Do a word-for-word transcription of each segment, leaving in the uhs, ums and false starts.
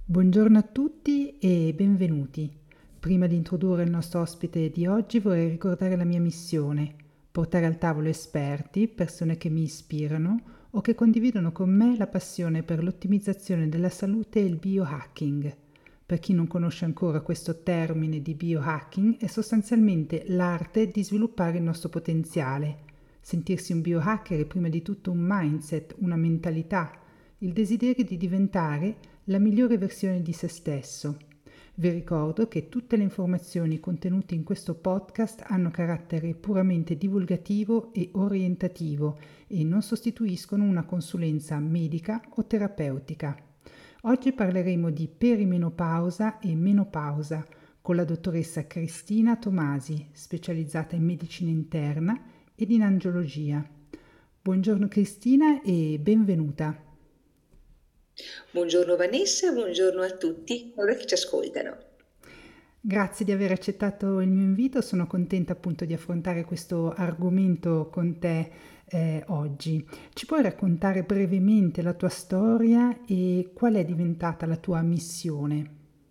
Buongiorno a tutti e benvenuti. Prima di introdurre il nostro ospite di oggi vorrei ricordare la mia missione: portare al tavolo esperti, persone che mi ispirano o che condividono con me la passione per l'ottimizzazione della salute e il biohacking. Per chi non conosce ancora questo termine di biohacking, è sostanzialmente l'arte di sviluppare il nostro potenziale. Sentirsi un biohacker è prima di tutto un mindset, una mentalità, il desiderio di diventare la migliore versione di se stesso. Vi ricordo che tutte le informazioni contenute in questo podcast hanno carattere puramente divulgativo e orientativo e non sostituiscono una consulenza medica o terapeutica. Oggi parleremo di perimenopausa e menopausa con la dottoressa Cristina Tomasi, specializzata in medicina interna ed in angiologia. Buongiorno Cristina e benvenuta. Buongiorno Vanessa, buongiorno a tutti coloro che ci ascoltano. Grazie di aver accettato il mio invito, sono contenta appunto di affrontare questo argomento con te eh, oggi. Ci puoi raccontare brevemente la tua storia e qual è diventata la tua missione?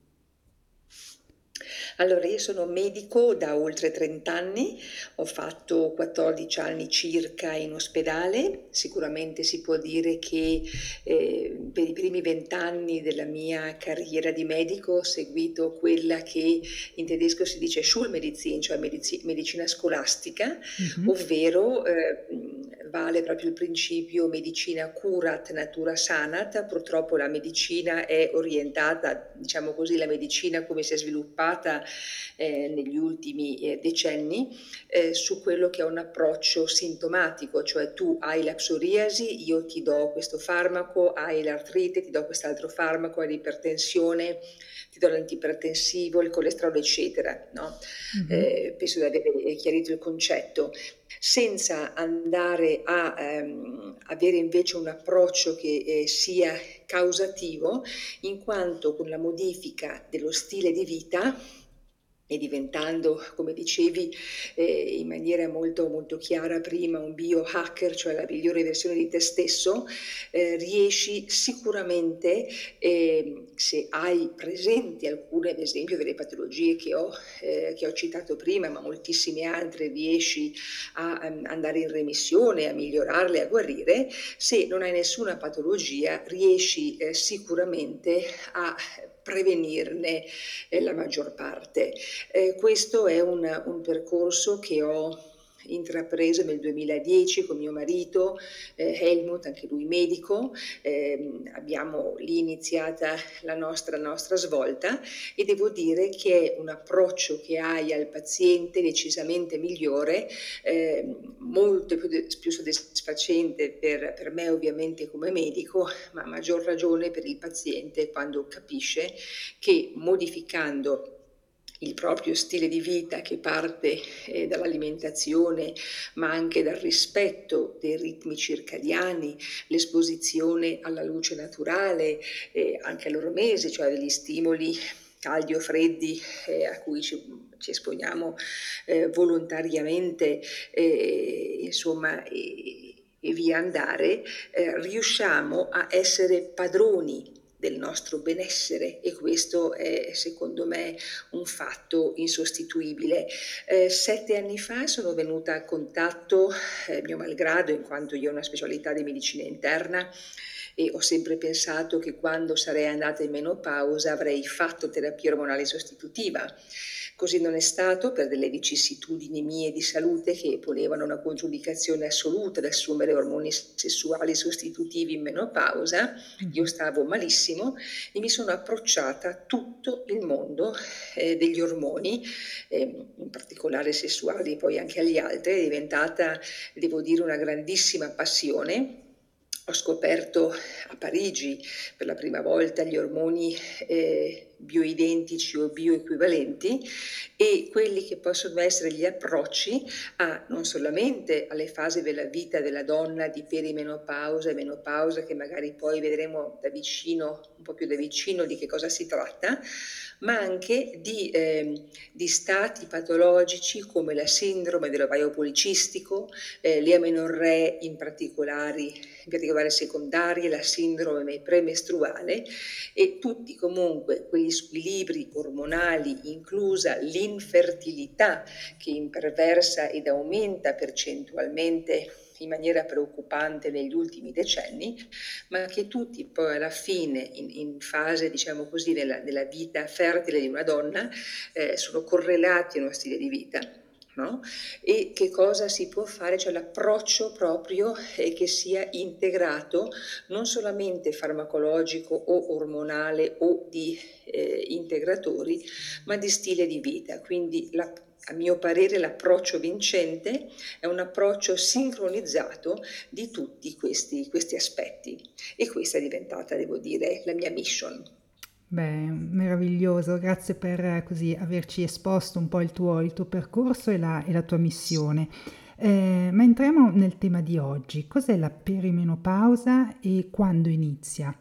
Allora, io sono medico da oltre trenta anni, ho fatto quattordici anni circa in ospedale. Sicuramente si può dire che eh, per i primi venti anni della mia carriera di medico ho seguito quella che in tedesco si dice Schulmedizin, cioè medici- medicina scolastica, Mhm. ovvero eh, mh, vale proprio il principio medicina curat natura sanat. Purtroppo la medicina è orientata, diciamo così, la medicina come si è sviluppata eh, negli ultimi eh, decenni, eh, su quello che è un approccio sintomatico, cioè tu hai la psoriasi, io ti do questo farmaco, hai l'artrite, ti do quest'altro farmaco, hai l'ipertensione, ti do l'antipertensivo, il colesterolo, eccetera. No? Mhm. Eh, penso di aver chiarito il concetto, senza andare a ehm, avere invece un approccio che eh, sia causativo, in quanto con la modifica dello stile di vita e diventando, come dicevi, eh, in maniera molto, molto chiara prima, un biohacker, cioè la migliore versione di te stesso, eh, riesci sicuramente, eh, se hai presenti alcune, ad esempio, delle patologie che ho, eh, che ho citato prima, ma moltissime altre, riesci a um, andare in remissione, a migliorarle, a guarire. Se non hai nessuna patologia, riesci eh, sicuramente a prevenirne eh, la maggior parte. Eh, questo è un, un percorso che ho intrapreso nel duemiladieci con mio marito eh, Helmut, anche lui medico. Eh, abbiamo lì iniziata la nostra, nostra svolta, e devo dire che è un approccio che hai al paziente decisamente migliore, eh, molto più, più soddisfacente per, per me ovviamente come medico, ma a maggior ragione per il paziente quando capisce che modificando il proprio stile di vita, che parte eh, dall'alimentazione ma anche dal rispetto dei ritmi circadiani, l'esposizione alla luce naturale, eh, anche all'ormese, cioè degli stimoli caldi o freddi eh, a cui ci, ci esponiamo eh, volontariamente, eh, insomma, e, e via andare, eh, riusciamo a essere padroni del nostro benessere, e questo è secondo me un fatto insostituibile. Eh, sette anni fa sono venuta a contatto, eh, mio malgrado, in quanto io ho una specialità di medicina interna, e ho sempre pensato che quando sarei andata in menopausa avrei fatto terapia ormonale sostitutiva. Così non è stato, per delle vicissitudini mie di salute che ponevano una controindicazione assoluta ad assumere ormoni sessuali sostitutivi in menopausa. Io Mhm. stavo malissimo e mi sono approcciata a tutto il mondo eh, degli ormoni, eh, in particolare sessuali, poi anche agli altri. È diventata, devo dire, una grandissima passione. Ho scoperto a Parigi per la prima volta gli ormoni eh, bioidentici o bioequivalenti, e quelli che possono essere gli approcci a non solamente alle fasi della vita della donna di perimenopausa e menopausa, che magari poi vedremo da vicino, un po' più da vicino, di che cosa si tratta, ma anche di, eh, di stati patologici come la sindrome dell'ovaio policistico, eh, le amenorree in particolare, in cardiovascolari secondarie, la sindrome premestruale e tutti comunque quegli squilibri ormonali, inclusa l'infertilità che imperversa ed aumenta percentualmente in maniera preoccupante negli ultimi decenni, ma che tutti poi alla fine, in, in fase diciamo così della, della vita fertile di una donna, eh, sono correlati a uno stile di vita. No? E che cosa si può fare? Cioè l'approccio proprio è che sia integrato non solamente farmacologico o ormonale o di eh, integratori, ma di stile di vita. Quindi la, a mio parere l'approccio vincente è un approccio sincronizzato di tutti questi, questi aspetti e questa è diventata, devo dire, la mia mission. Beh, meraviglioso, grazie per eh, così averci esposto un po' il tuo, il tuo percorso e la, e la tua missione. Eh, ma entriamo nel tema di oggi. Cos'è la perimenopausa e quando inizia?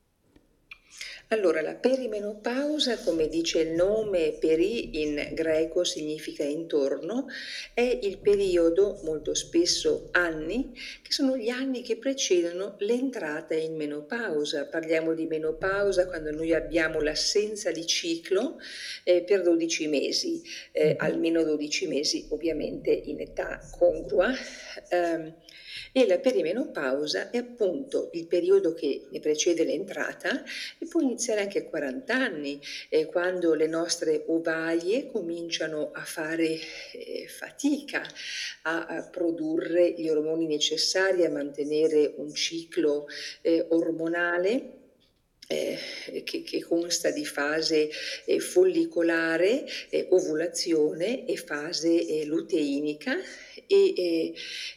Allora, la perimenopausa, come dice il nome, peri in greco significa intorno, è il periodo, molto spesso anni, che sono gli anni che precedono l'entrata in menopausa. Parliamo di menopausa quando noi abbiamo l'assenza di ciclo eh, per dodici mesi, eh, Mhm. almeno dodici mesi ovviamente in età congrua. Ehm, e la perimenopausa è appunto il periodo che ne precede l'entrata e può iniziare anche a quaranta anni, eh, quando le nostre ovarie cominciano a fare eh, fatica a, a produrre gli ormoni necessari a mantenere un ciclo eh, ormonale. Eh, che, che consta di fase eh, follicolare, eh, ovulazione e fase eh, luteinica e, e,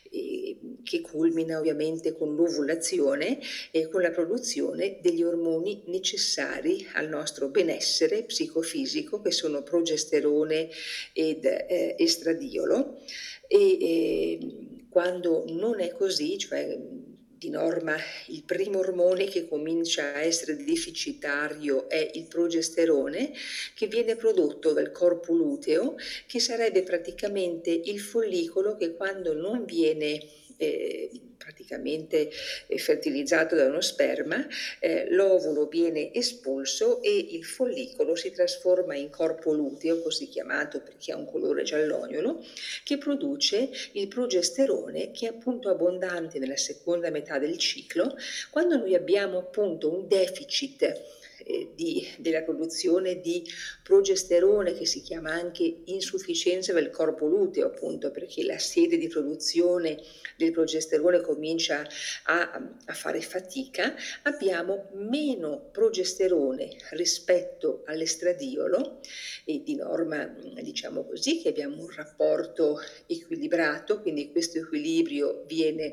e che culmina ovviamente con l'ovulazione e con la produzione degli ormoni necessari al nostro benessere psicofisico che sono progesterone ed eh, estradiolo e eh, quando non è così, cioè di norma il primo ormone che comincia a essere deficitario è il progesterone che viene prodotto dal corpo luteo, che sarebbe praticamente il follicolo che quando non viene eh, praticamente eh, fertilizzato da uno sperma, eh, l'ovulo viene espulso e il follicolo si trasforma in corpo luteo, così chiamato perché ha un colore giallognolo, che produce il progesterone che è appunto abbondante nella seconda metà del ciclo, quando noi abbiamo appunto un deficit eh, di, della produzione di progesterone che si chiama anche insufficienza del corpo luteo, appunto perché la sede di produzione del progesterone comincia a, a fare fatica, abbiamo meno progesterone rispetto all'estradiolo e di norma diciamo così che abbiamo un rapporto equilibrato, quindi questo equilibrio viene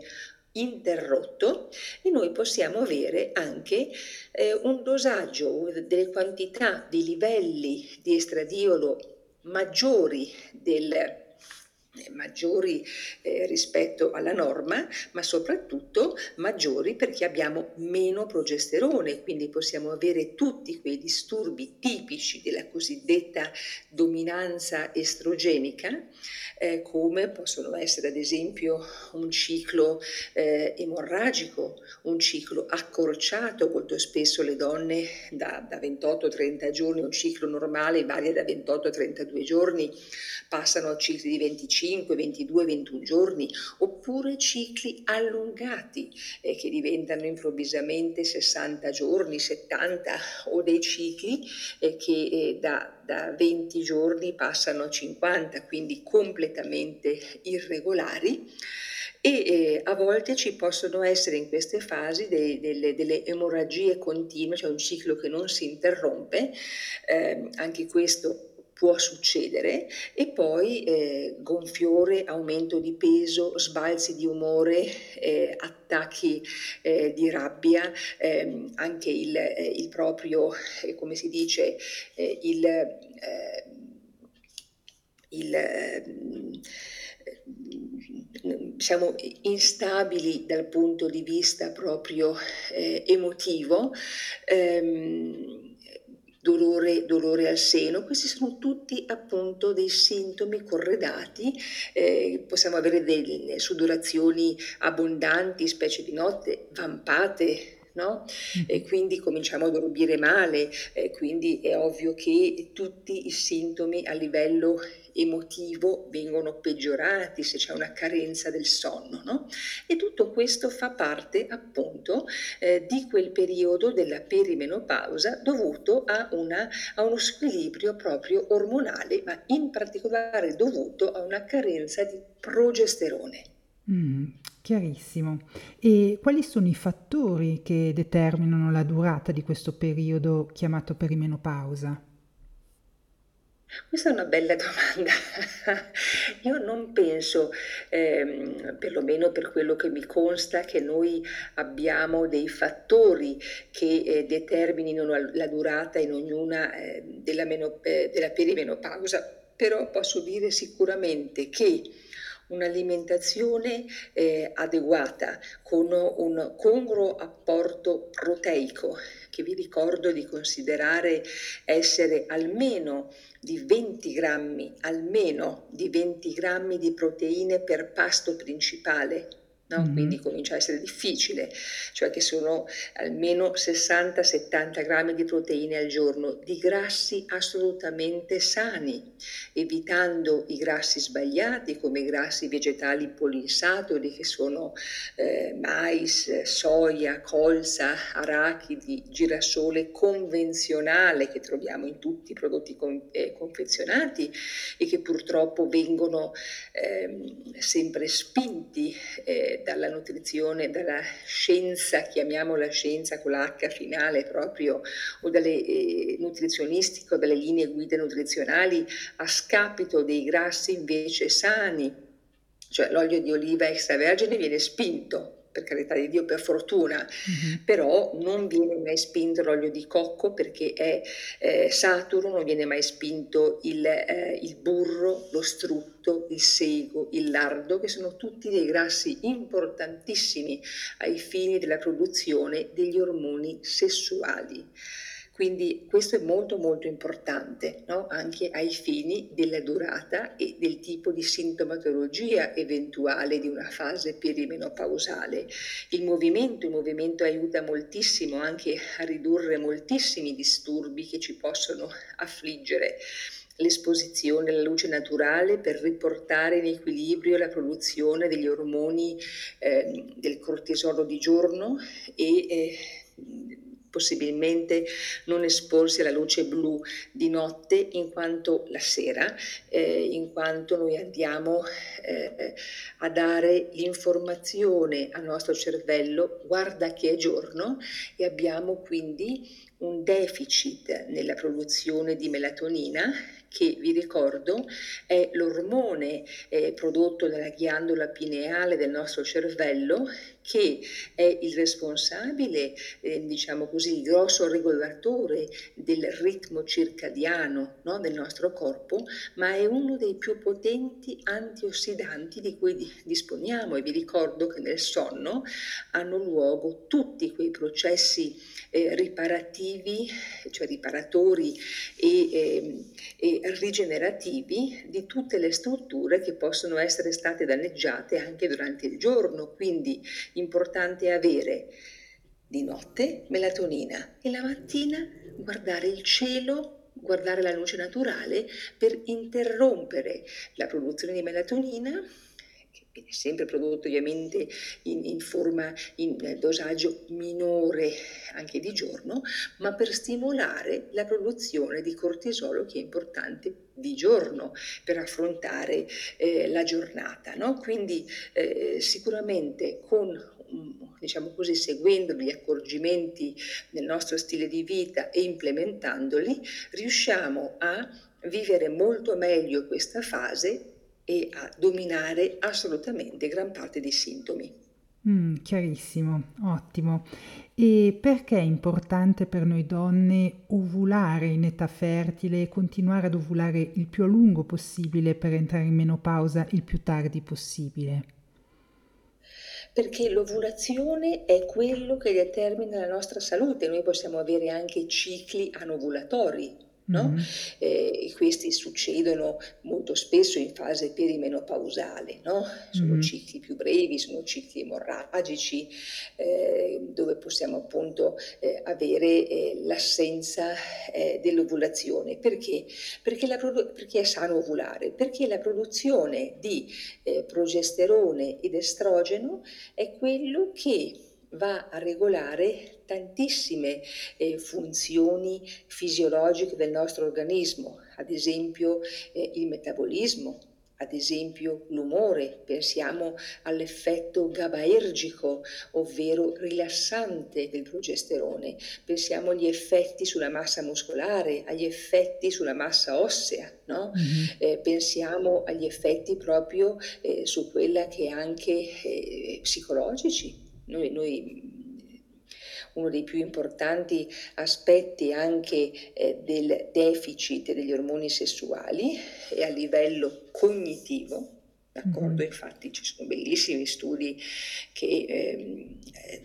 interrotto e noi possiamo avere anche eh, un dosaggio delle quantità, dei livelli di estradiolo maggiori del eh, maggiori eh, rispetto alla norma, ma soprattutto maggiori perché abbiamo meno progesterone, quindi possiamo avere tutti quei disturbi tipici della cosiddetta dominanza estrogenica, eh, come possono essere ad esempio un ciclo eh, emorragico, un ciclo accorciato, molto spesso le donne da, da ventotto trenta giorni, un ciclo normale varia da ventotto a trentadue giorni, passano a cicli di venticinque, ventidue, ventuno giorni, oppure cicli allungati eh, che diventano improvvisamente sessanta giorni, settanta, o dei cicli eh, che eh, da, da venti giorni passano a cinquanta, quindi completamente irregolari. E eh, a volte ci possono essere in queste fasi dei, delle, delle emorragie continue, cioè un ciclo che non si interrompe, eh, anche questo può succedere, e poi eh, gonfiore, aumento di peso, sbalzi di umore, eh, attacchi eh, di rabbia, ehm, anche il, eh, il proprio, eh, come si dice, eh, il... Eh, il ehm, siamo instabili dal punto di vista proprio eh, emotivo, ehm, dolore dolore, dolore al seno. Questi sono tutti appunto dei sintomi corredati, eh, possiamo avere delle sudorazioni abbondanti, specie di notte, vampate, no? E Mhm. quindi cominciamo a dormire male, eh, quindi è ovvio che tutti i sintomi a livello emotivo vengono peggiorati se c'è una carenza del sonno, no? E tutto questo fa parte appunto eh, di quel periodo della perimenopausa dovuto a, una, a uno squilibrio proprio ormonale, ma in particolare dovuto a una carenza di progesterone. Mm, chiarissimo. E quali sono i fattori che determinano la durata di questo periodo chiamato perimenopausa? Questa è una bella domanda. Io non penso, ehm, perlomeno per quello che mi consta, che noi abbiamo dei fattori che eh, determinino la, la durata in ognuna eh, della, meno- eh, della perimenopausa, però posso dire sicuramente che un'alimentazione eh, adeguata con un congruo apporto proteico, che vi ricordo di considerare essere almeno di venti grammi, almeno di venti grammi di proteine per pasto principale. No? Quindi Mhm. comincia a essere difficile, cioè che sono almeno sessanta settanta grammi di proteine al giorno, di grassi assolutamente sani, evitando i grassi sbagliati come i grassi vegetali polinsaturi che sono eh, mais, soia, colza, arachidi, girasole convenzionale che troviamo in tutti i prodotti con, eh, confezionati e che purtroppo vengono ehm, sempre spinti eh, dalla nutrizione, dalla scienza, chiamiamola scienza con la H finale proprio, o dalle eh, nutrizionistiche o dalle linee guida nutrizionali a scapito dei grassi invece sani, cioè l'olio di oliva extravergine viene spinto, per carità di Dio, per fortuna, Mhm. però non viene mai spinto l'olio di cocco perché è eh, saturo, non viene mai spinto il, eh, il burro, lo strutto, il sego, il lardo, che sono tutti dei grassi importantissimi ai fini della produzione degli ormoni sessuali. Quindi questo è molto molto importante, no? Anche ai fini della durata e del tipo di sintomatologia eventuale di una fase perimenopausale. Il movimento, il movimento aiuta moltissimo anche a ridurre moltissimi disturbi che ci possono affliggere. L'esposizione alla luce naturale per riportare in equilibrio la produzione degli ormoni eh, del cortisolo di giorno e eh, possibilmente non esporsi alla luce blu di notte in quanto la sera, eh, in quanto noi andiamo eh, a dare l'informazione al nostro cervello, guarda che è giorno, e abbiamo quindi un deficit nella produzione di melatonina che vi ricordo è l'ormone eh, prodotto dalla ghiandola pineale del nostro cervello che è il responsabile, eh, diciamo così, il grosso regolatore del ritmo circadiano, no, del nostro corpo, ma è uno dei più potenti antiossidanti di cui di- disponiamo e vi ricordo che nel sonno hanno luogo tutti quei processi eh, riparativi, cioè riparatori e, ehm, e rigenerativi di tutte le strutture che possono essere state danneggiate anche durante il giorno. Quindi importante avere di notte melatonina e la mattina guardare il cielo, guardare la luce naturale per interrompere la produzione di melatonina, che viene sempre prodotto ovviamente in, in forma, in dosaggio minore anche di giorno, ma per stimolare la produzione di cortisolo che è importante di giorno per affrontare eh, la giornata, no? Quindi eh, sicuramente con diciamo così, seguendo gli accorgimenti del nostro stile di vita e implementandoli, riusciamo a vivere molto meglio questa fase e a dominare assolutamente gran parte dei sintomi. Mm, chiarissimo, ottimo. E perché è importante per noi donne ovulare in età fertile e continuare ad ovulare il più a lungo possibile per entrare in menopausa il più tardi possibile? Perché l'ovulazione è quello che determina la nostra salute. Noi possiamo avere anche cicli anovulatori, no? Mh-mh. Eh, e questi succedono molto spesso in fase perimenopausale, no? Sono Mh-mh. cicli più brevi, sono cicli emorragici, eh, dove possiamo appunto eh, avere eh, l'assenza eh, dell'ovulazione. Perché? Perché, la produ- perché è sano ovulare? Perché la produzione di eh, progesterone ed estrogeno è quello che va a regolare tantissime eh, funzioni fisiologiche del nostro organismo, ad esempio eh, il metabolismo, ad esempio l'umore, pensiamo all'effetto GABAergico, ovvero rilassante del progesterone, pensiamo agli effetti sulla massa muscolare, agli effetti sulla massa ossea, no? Mh-mh. Eh, pensiamo agli effetti proprio eh, su quella che anche eh, psicologici. Noi, noi uno dei più importanti aspetti anche eh, del deficit degli ormoni sessuali è a livello cognitivo. Mh-mh. D'accordo, infatti ci sono bellissimi studi che ehm, eh,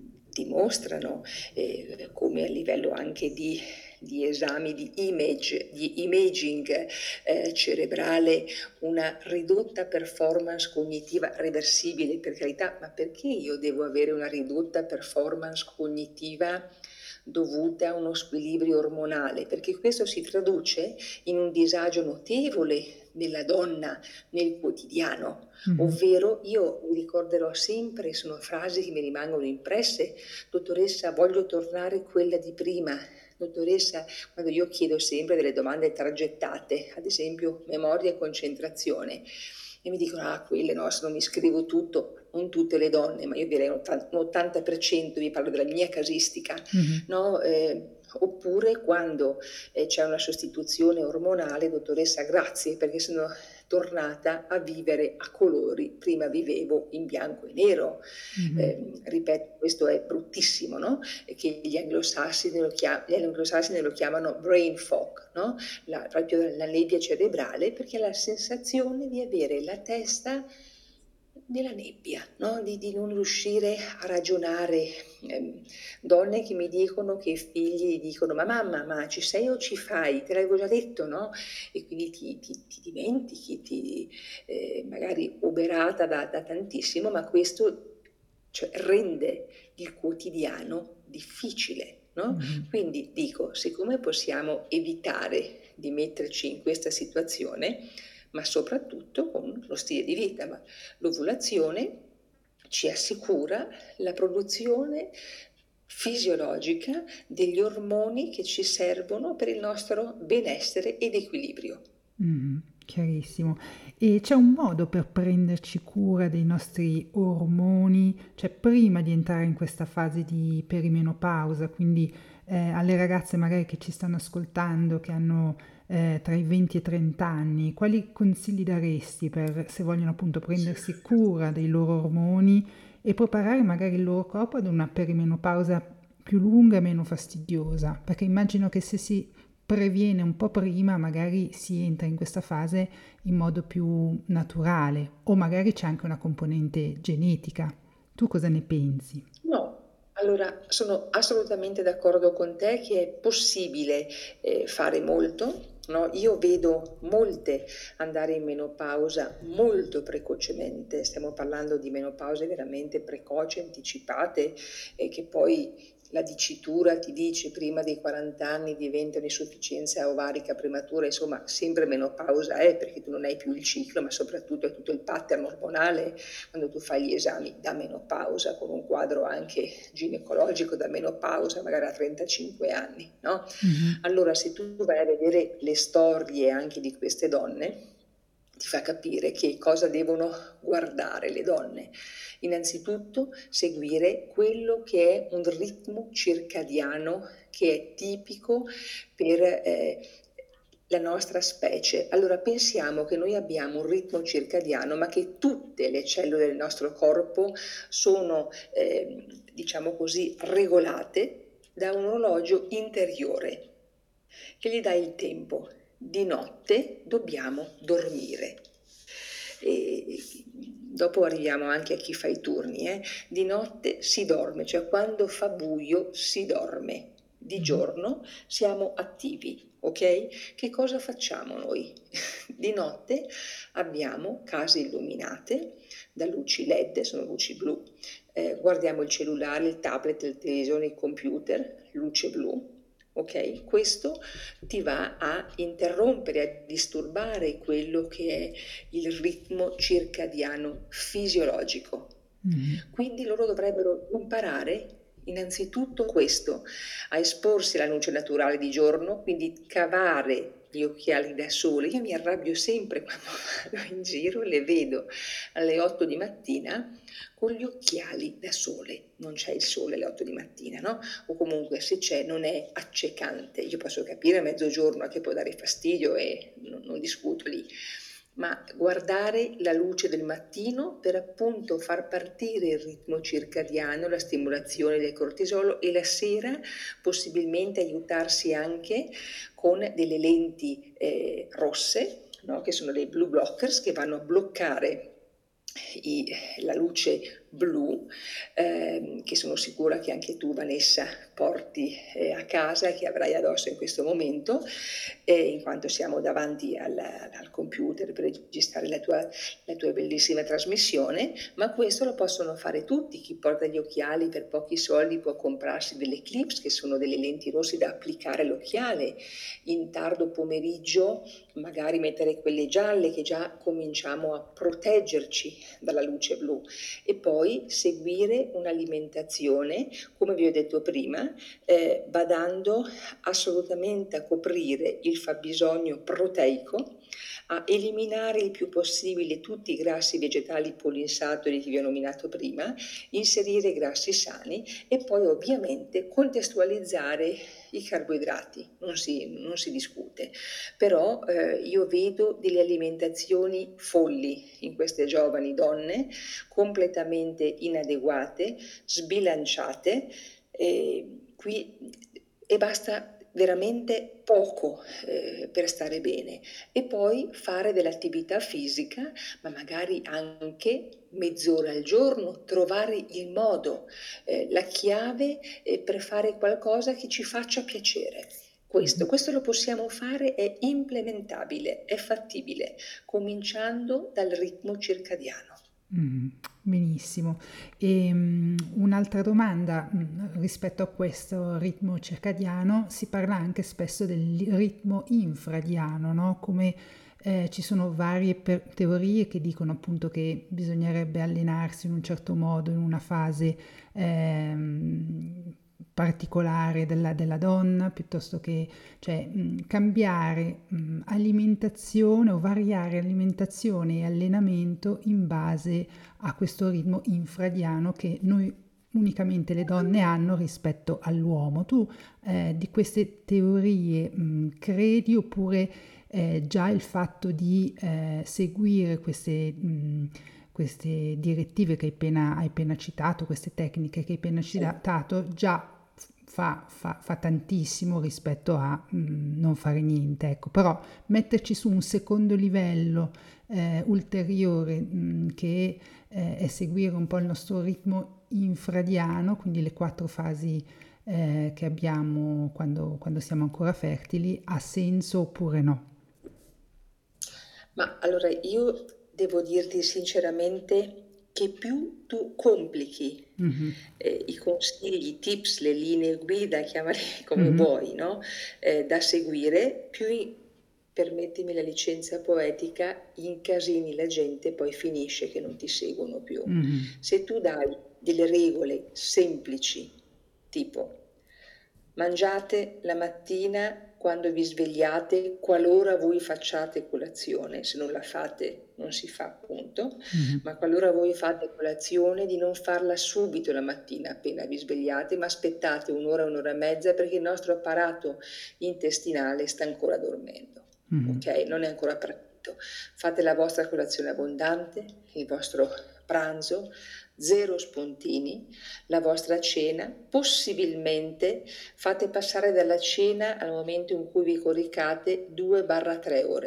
dimostrano eh, come a livello anche di, di esami di image, di imaging eh, cerebrale, una ridotta performance cognitiva reversibile, per carità, ma perché io devo avere una ridotta performance cognitiva dovuta a uno squilibrio ormonale? Perché questo si traduce in un disagio notevole della donna nel quotidiano, Mh-mh. ovvero io mi ricorderò sempre, sono frasi che mi rimangono impresse: dottoressa, voglio tornare quella di prima. Dottoressa, quando io chiedo sempre delle domande tragettate, ad esempio memoria e concentrazione, e mi dicono, ah, quelle no, se non mi scrivo tutto, non tutte le donne, ma io direi un ottanta per cento, vi parlo della mia casistica, Mh-mh. no? Eh, oppure quando eh, c'è una sostituzione ormonale, dottoressa, grazie, perché sono tornata a vivere a colori, prima vivevo in bianco e nero. Mh-mh. Eh, ripeto, questo è bruttissimo, no? E che gli anglosassoni lo, chiam- gli anglosassoni lo chiamano brain fog, no? La, proprio la nebbia cerebrale, perché ha la sensazione di avere la testa nella nebbia, no? Di, di non riuscire a ragionare. Eh, donne che mi dicono che i figli gli dicono: ma mamma, ma ci sei o ci fai? Te l'avevo già detto, no? E quindi ti, ti- ti dimentichi, ti, eh, magari oberata da, da tantissimo, ma questo cioè, rende il quotidiano difficile, no? Mh-mh. Quindi dico, siccome possiamo evitare di metterci in questa situazione, ma soprattutto con lo stile di vita, ma l'ovulazione ci assicura la produzione fisiologica degli ormoni che ci servono per il nostro benessere ed equilibrio. Mh-mh, chiarissimo. E c'è un modo per prenderci cura dei nostri ormoni, cioè prima di entrare in questa fase di perimenopausa, quindi eh, alle ragazze magari che ci stanno ascoltando, che hanno eh, tra i venti e i trenta anni, quali consigli daresti per se vogliono appunto prendersi cura dei loro ormoni e preparare magari il loro corpo ad una perimenopausa più lunga e meno fastidiosa? Perché immagino che se si previene un po' prima, magari si entra in questa fase in modo più naturale o magari c'è anche una componente genetica. Tu cosa ne pensi? No, allora sono assolutamente d'accordo con te che è possibile eh, fare molto. No? Io vedo molte andare in menopausa molto precocemente, stiamo parlando di menopause veramente precoci, anticipate, e che poi la dicitura ti dice prima dei quaranta anni diventa un'insufficienza ovarica prematura, insomma sempre menopausa è perché tu non hai più il ciclo, ma soprattutto è tutto il pattern ormonale quando tu fai gli esami da menopausa, con un quadro anche ginecologico da menopausa, magari a trentacinque anni, no? Mhm. Allora, se tu vai a vedere le storie anche di queste donne, ti fa capire che cosa devono guardare le donne. Innanzitutto seguire quello che è un ritmo circadiano che è tipico per eh, la nostra specie. Allora pensiamo che noi abbiamo un ritmo circadiano, ma che tutte le cellule del nostro corpo sono, eh, diciamo così, regolate da un orologio interiore che gli dà il tempo. Di notte dobbiamo dormire. E dopo arriviamo anche a chi fa i turni, eh. Di notte si dorme, cioè quando fa buio si dorme. di Mh-mh. giorno siamo attivi, ok? Che cosa facciamo noi? Di notte abbiamo case illuminate da luci L E D, sono luci blu, eh, guardiamo il cellulare, il tablet, il televisore, il computer, luce blu, ok? Questo ti va a interrompere, a disturbare quello che è il ritmo circadiano fisiologico. Mh-mh. Quindi loro dovrebbero imparare innanzitutto questo, a esporsi alla luce naturale di giorno, quindi cavare gli occhiali da sole. Io mi arrabbio sempre quando vado in giro, le vedo alle otto di mattina con gli occhiali da sole. Non c'è il sole alle otto di mattina, no? O comunque se c'è non è accecante. Io posso capire a mezzogiorno che può dare fastidio e non, non discuto lì, ma guardare la luce del mattino per appunto far partire il ritmo circadiano, la stimolazione del cortisolo, e la sera possibilmente aiutarsi anche con delle lenti eh, rosse, no? Che sono dei blue blockers che vanno a bloccare i, la luce blu, ehm, che sono sicura che anche tu, Vanessa, porti eh, a casa e che avrai addosso in questo momento, eh, in quanto siamo davanti al, al computer per registrare la tua, la tua bellissima trasmissione. Ma questo lo possono fare tutti. Chi porta gli occhiali per pochi soldi può comprarsi delle clips, che sono delle lenti rosse da applicare all'occhiale in tardo pomeriggio, magari mettere quelle gialle, che già cominciamo a proteggerci dalla luce blu, e poi seguire un'alimentazione, come vi ho detto prima, eh, badando assolutamente a coprire il fabbisogno proteico, a eliminare il più possibile tutti i grassi vegetali polinsaturi che vi ho nominato prima, inserire grassi sani e poi ovviamente contestualizzare i carboidrati, non si, non si discute. Però eh, io vedo delle alimentazioni folli in queste giovani donne, completamente inadeguate, sbilanciate, e, qui, e basta veramente poco eh, per stare bene, e poi fare dell'attività fisica, ma magari anche mezz'ora al giorno, trovare il modo, eh, la chiave eh, per fare qualcosa che ci faccia piacere. Mh-mh. Questo, questo lo possiamo fare, è implementabile, è fattibile, cominciando dal ritmo circadiano. Mh, benissimo. Ehm, un'altra domanda, mhmm, rispetto a questo ritmo circadiano, si parla anche spesso del ritmo infradiano, no, come, ehm, ci sono varie per teorie che dicono appunto che bisognerebbe allenarsi in un certo modo in una fase, ehm, particolare della della donna, piuttosto che cioè, mhmm, cambiare, mhmm, alimentazione o variare alimentazione e allenamento in base a questo ritmo infradiano che noi unicamente le donne hanno rispetto all'uomo. Tu, ehm, di queste teorie, mhmm, credi oppure, ehm, già il fatto di, ehm, seguire queste mhmm, queste direttive che hai appena hai appena citato, queste tecniche che hai appena Sì. citato, già fa, fa, fa tantissimo rispetto a mm, non fare niente, ecco. Però metterci su un secondo livello eh, ulteriore mm, che eh, è seguire un po' il nostro ritmo infradiano, quindi le quattro fasi eh, che abbiamo quando, quando siamo ancora fertili, ha senso oppure no? Ma allora io devo dirti sinceramente che più tu complichi Mhm, eh, i consigli, i tips, le linee guida, chiamali come mhm, vuoi, no? Eh, da seguire, più, i- permettimi la licenza poetica, incasini la gente e poi finisce che non ti seguono più. mhm, Se tu dai delle regole semplici, tipo mangiate la mattina quando vi svegliate, qualora voi facciate colazione, se non la fate non si fa appunto, mhm, ma qualora voi fate colazione di non farla subito la mattina appena vi svegliate, ma aspettate un'ora, un'ora e mezza perché il nostro apparato intestinale sta ancora dormendo, mhm. ok? Non è ancora partito. Fate la vostra colazione abbondante, il vostro pranzo, zero spuntini, la vostra cena, possibilmente fate passare dalla cena al momento in cui vi coricate due tre ore.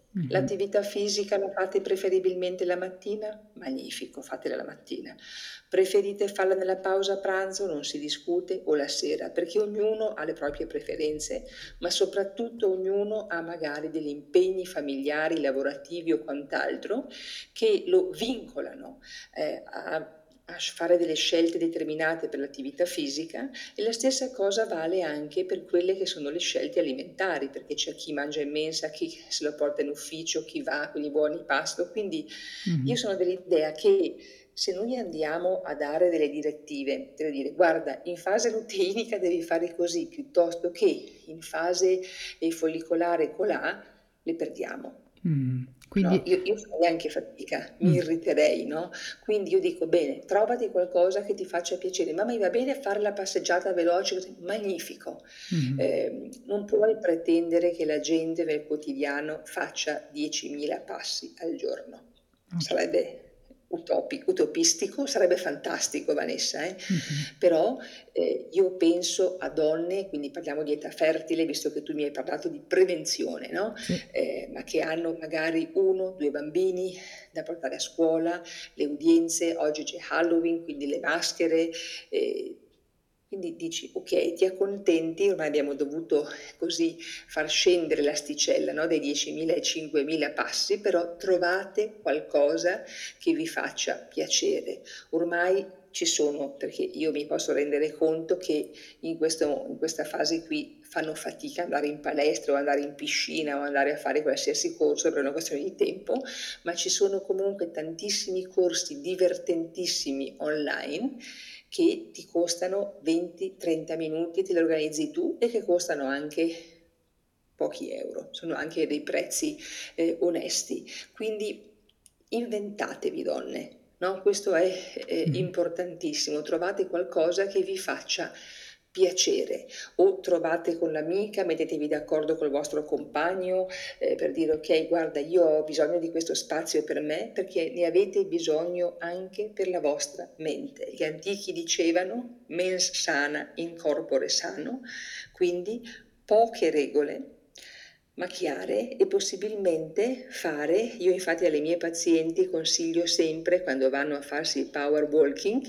Mh-mh. L'attività fisica la fate preferibilmente la mattina? Magnifico, fatela la mattina. Preferite farla nella pausa pranzo? Non si discute, o la sera, perché ognuno ha le proprie preferenze, ma soprattutto ognuno ha magari degli impegni familiari, lavorativi o quant'altro che lo vincolano eh, a a fare delle scelte determinate per l'attività fisica, e la stessa cosa vale anche per quelle che sono le scelte alimentari, perché c'è chi mangia in mensa, chi se lo porta in ufficio, chi va con i buoni pasto. Quindi io Mh-mh. sono dell'idea che se noi andiamo a dare delle direttive, devo dire, guarda, in fase luteinica devi fare così, piuttosto che in fase eh, follicolare colà, le perdiamo. Mh. No, Quindi io io farei anche fatica, mi mh. irriterei, no, quindi io dico: "Bene, trovati qualcosa che ti faccia piacere". "Ma mi va bene fare la passeggiata veloce così", magnifico. Mh-mh. Ehm, non puoi pretendere che la gente nel quotidiano faccia diecimila passi al giorno. Okay. Sarebbe utopi utopistico, sarebbe fantastico, Vanessa, eh, Mh-mh. però, ehm, io penso a donne, quindi parliamo di età fertile, visto che tu mi hai parlato di prevenzione, no, Sì. ehm, ma che hanno magari uno, due bambini da portare a scuola, le udienze, oggi c'è Halloween, quindi le maschere, ehm, quindi dici: "Okay, ti accontenti", ormai abbiamo dovuto così far scendere l'asticella, no, dai diecimila ai cinquemila passi, però trovate qualcosa che vi faccia piacere. Ormai ci sono, perché io mi posso rendere conto che in questo in questa fase qui fanno fatica ad andare in palestra o andare in piscina o andare a fare qualsiasi corso per una questione di tempo, ma ci sono comunque tantissimi corsi divertentissimi online che ti costano venti, trenta minuti, te li organizzi tu e che costano anche pochi euro, sono anche dei prezzi eh, onesti. Quindi inventatevi donne, no? Questo è eh, Mh-mh. importantissimo, trovate qualcosa che vi faccia piacere, o trovate con l'amica, mettetevi d'accordo col vostro compagno eh, per dire ok, guarda, io ho bisogno di questo spazio per me, perché ne avete bisogno anche per la vostra mente. Gli antichi dicevano mens sana in corpore sano, quindi poche regole, ma chiare, e possibilmente fare, io infatti alle mie pazienti consiglio sempre, quando vanno a farsi il power walking,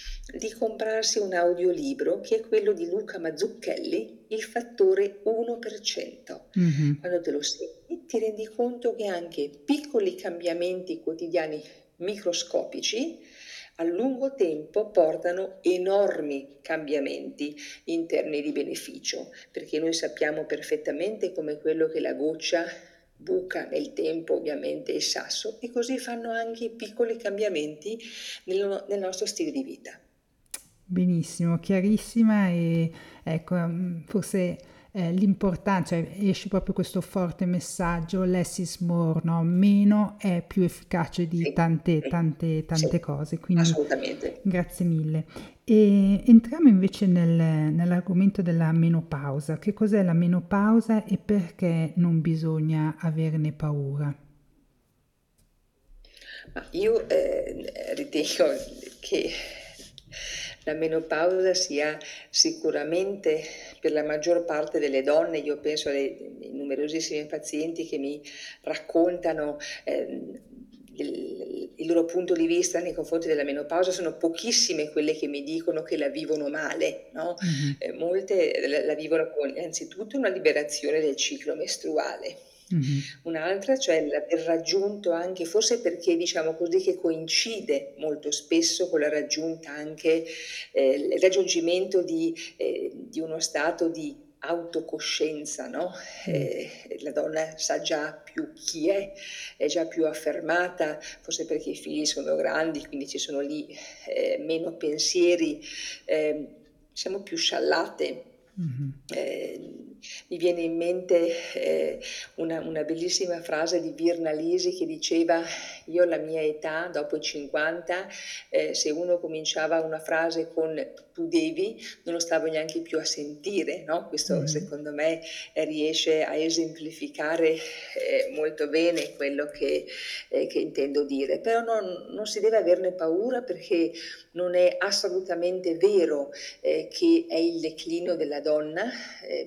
di comprarsi un audiolibro che è quello di Luca Mazzucchelli, Il fattore uno per cento. Mh-mh. Quando te lo senti ti rendi conto che anche piccoli cambiamenti quotidiani microscopici a lungo tempo portano enormi cambiamenti in termini di beneficio, perché noi sappiamo perfettamente come quello che la goccia buca nel tempo ovviamente il sasso, e così fanno anche i piccoli cambiamenti nel, no- nel nostro stile di vita. Benissimo, chiarissima e ecco, mhmm, forse, ehm, l'importan cioè esce proprio questo forte messaggio less is more, no, meno è più efficace di Sì, tante, sì, tante, sì, tante cose, quindi assolutamente. grazie mille. E entriamo invece nel nell'argomento della menopausa. Che cos'è la menopausa e perché non bisogna averne paura? Ma io, ehm, ritengo che la menopausa sia sicuramente, per la maggior parte delle donne, io penso alle ai numerosissimi pazienti che mi raccontano, ehm, il il loro punto di vista nei confronti della menopausa, sono pochissime quelle che mi dicono che la vivono male, no, Mh-mh, ehm, molte la la vivono con innanzitutto una liberazione del ciclo mestruale. mh-mh, Un'altra, cioè l'aver raggiunto anche, forse perché diciamo così, che coincide molto spesso con la raggiunta anche ehm, il raggiungimento di ehm, di uno stato di autocoscienza, no, mh, ehm, la donna sa già più chi è, è già più affermata, forse perché i figli sono grandi, quindi ci sono lì ehm, meno pensieri, ehm, siamo più sciallate. mh-mh. Ehm, Mi viene in mente ehm, una una bellissima frase di Virna Lisi che diceva: "Io alla mia età, dopo i cinquanta, ehm, se uno cominciava una frase con 'tu devi', non lo stavo neanche più a sentire", no, questo Mh-mh. secondo me eh, riesce a esemplificare ehm, molto bene quello che ehm, che intendo dire. Però non non si deve averne paura, perché non è assolutamente vero ehm, che è il declino della donna, ehm, bensì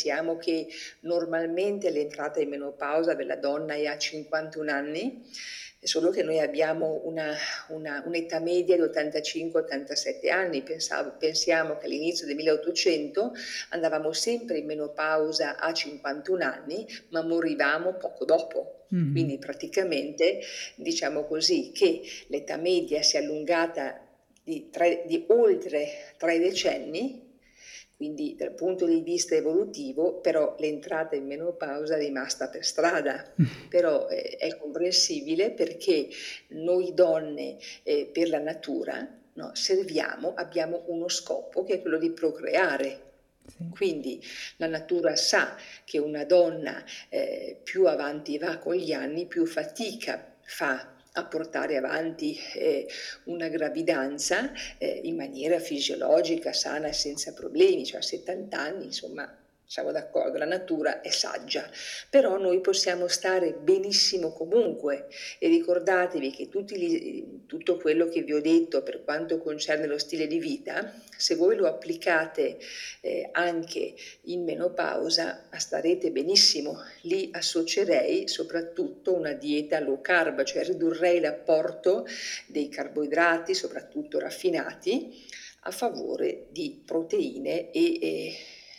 pensiamo che normalmente l'entrata in menopausa della donna è a cinquantuno anni, solo che noi abbiamo una una un'età media di ottantacinque ottantasette anni. Pensavo pensiamo che all'inizio del milleottocento andavamo sempre in menopausa a cinquantuno anni, ma morivamo poco dopo. Mh-mh. Quindi praticamente diciamo così che l'età media si è allungata di tre di oltre tre decenni, quindi dal punto di vista evolutivo, però l'entrata in menopausa è rimasta per strada. Però è è comprensibile perché noi donne, ehm, per la natura, no, serviamo abbiamo uno scopo che è quello di procreare. Sì. Quindi la natura sa che una donna, ehm, più avanti va con gli anni, più fatica fa a portare avanti, ehm, una gravidanza, ehm, in maniera fisiologica, sana e senza problemi. Cioè a settanta anni, insomma, siamo d'accordo, la natura è saggia. Però noi possiamo stare benissimo comunque e ricordatevi che tutti gli tutto quello che vi ho detto per quanto concerne lo stile di vita, se voi lo applicate, ehm, anche in menopausa, ma starete benissimo. Lì associerei soprattutto una dieta low carb, cioè ridurrei l'apporto dei carboidrati, soprattutto raffinati, a favore di proteine e, ehm,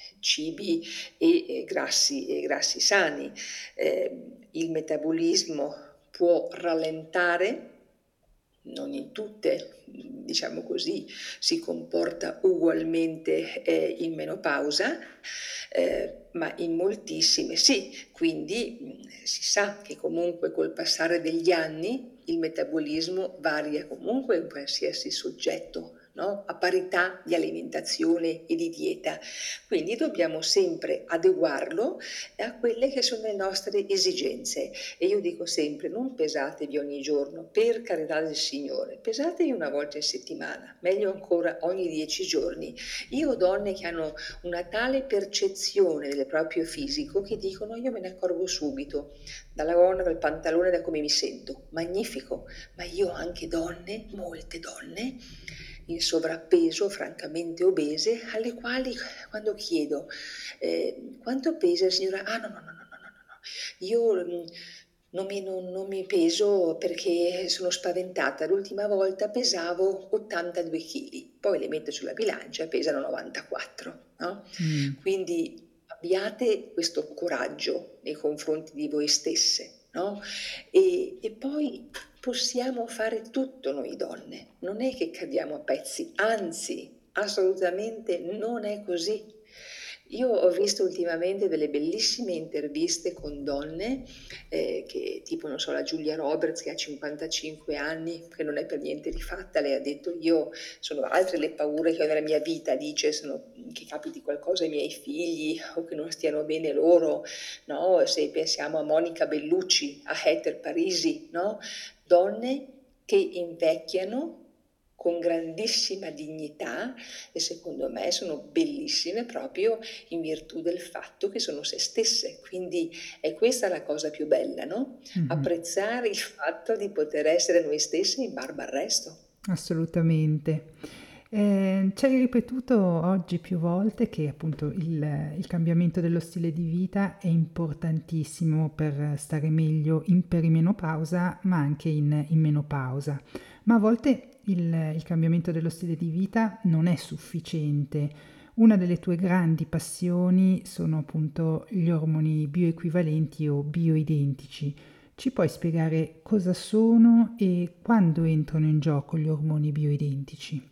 cibi e, ehm, grassi e grassi sani. Ehm, il metabolismo può rallentare, non in tutte, mhmm, diciamo così, si comporta ugualmente, ehm, in menopausa, ehm, ma in moltissime sì. Quindi, mhmm, si sa che comunque col passare degli anni il metabolismo varia comunque in qualsiasi soggetto, no, a parità di alimentazione e di dieta. Quindi dobbiamo sempre adeguarlo a quelle che sono le nostre esigenze. E io dico sempre: non pesatevi ogni giorno, per carità del Signore, pesatevi una volta in settimana, meglio ancora ogni dieci giorni. Io ho donne che hanno una tale percezione del proprio fisico che dicono: io me ne accorgo subito, dalla gonna, dal pantalone, da come mi sento. Magnifico, ma io ho anche donne, molte donne, in sovrappeso, francamente obese, alle quali quando chiedo eh, quanto pesa signora? Ah no, no, no, no, no, no, no, no. Io mm, non mi, non- non mi peso perché sono spaventata. L'ultima volta pesavo ottantadue chili, poi le metto sulla bilancia e pesano novantaquattro, no? Mh. Quindi abbiate questo coraggio nei confronti di voi stesse, no? E, e poi possiamo fare tutto noi donne, non è che cadiamo a pezzi, anzi, assolutamente non è così. Io ho visto ultimamente delle bellissime interviste con donne, eh, che tipo, non so, la Giulia Roberts che ha cinquantacinque anni, che non è per niente rifatta, lei ha detto io sono altre le paure che ho nella mia vita, dice, sono che capiti qualcosa ai miei figli o che non stiano bene loro, no? Se pensiamo a Monica Bellucci, a Heather Parisi, no? Donne che invecchiano con grandissima dignità e secondo me sono bellissime proprio in virtù del fatto che sono se stesse. Quindi è questa la cosa più bella, no? Mh-mh. Apprezzare il fatto di poter essere noi stessi in barba al resto. Assolutamente. Ehm, ci hai ripetuto oggi più volte che appunto il il cambiamento dello stile di vita è importantissimo per stare meglio in perimenopausa, ma anche in in menopausa. Ma a volte il il cambiamento dello stile di vita non è sufficiente. Una delle tue grandi passioni sono appunto gli ormoni bioequivalenti o bioidentici. Ci puoi spiegare cosa sono e quando entrano in gioco gli ormoni bioidentici?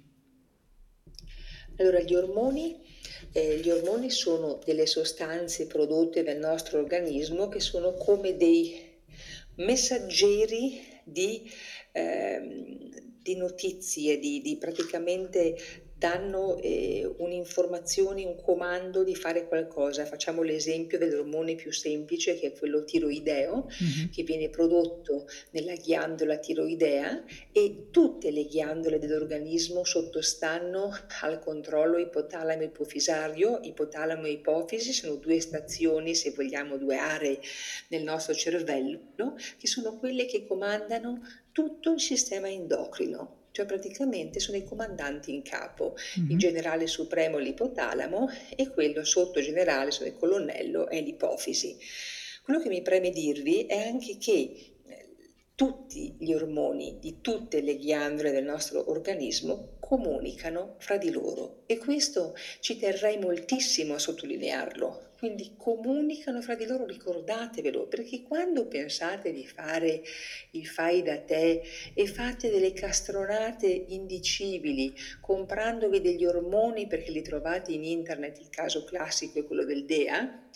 Allora, gli ormoni, eh, gli ormoni sono delle sostanze prodotte dal nostro organismo che sono come dei messaggeri di, ehm, di notizie, di, di praticamente danno eh, un'informazione, un comando di fare qualcosa. Facciamo l'esempio dell'ormone più semplice che è quello tiroideo, Mh-mh. che viene prodotto nella ghiandola tiroidea e tutte le ghiandole dell'organismo sottostanno al controllo ipotalamo ipofisario. Ipotalamo e ipofisi sono due stazioni, se vogliamo, due aree nel nostro cervello, che sono quelle che comandano tutto il sistema endocrino. cioè praticamente sono i comandanti in capo, il Mhm. generale supremo è l'ipotalamo e quello sottogenerale, sono il colonnello, è l'ipofisi. Quello che mi preme dirvi è anche che eh, tutti gli ormoni di tutte le ghiandole del nostro organismo comunicano fra di loro e questo ci terrei moltissimo a sottolinearlo. Quindi comunicano fra di loro, ricordatevelo, perché quando pensate di fare il fai da te e fate delle castronate indicibili comprandovi degli ormoni perché li trovate in internet, il caso classico è quello del D E A,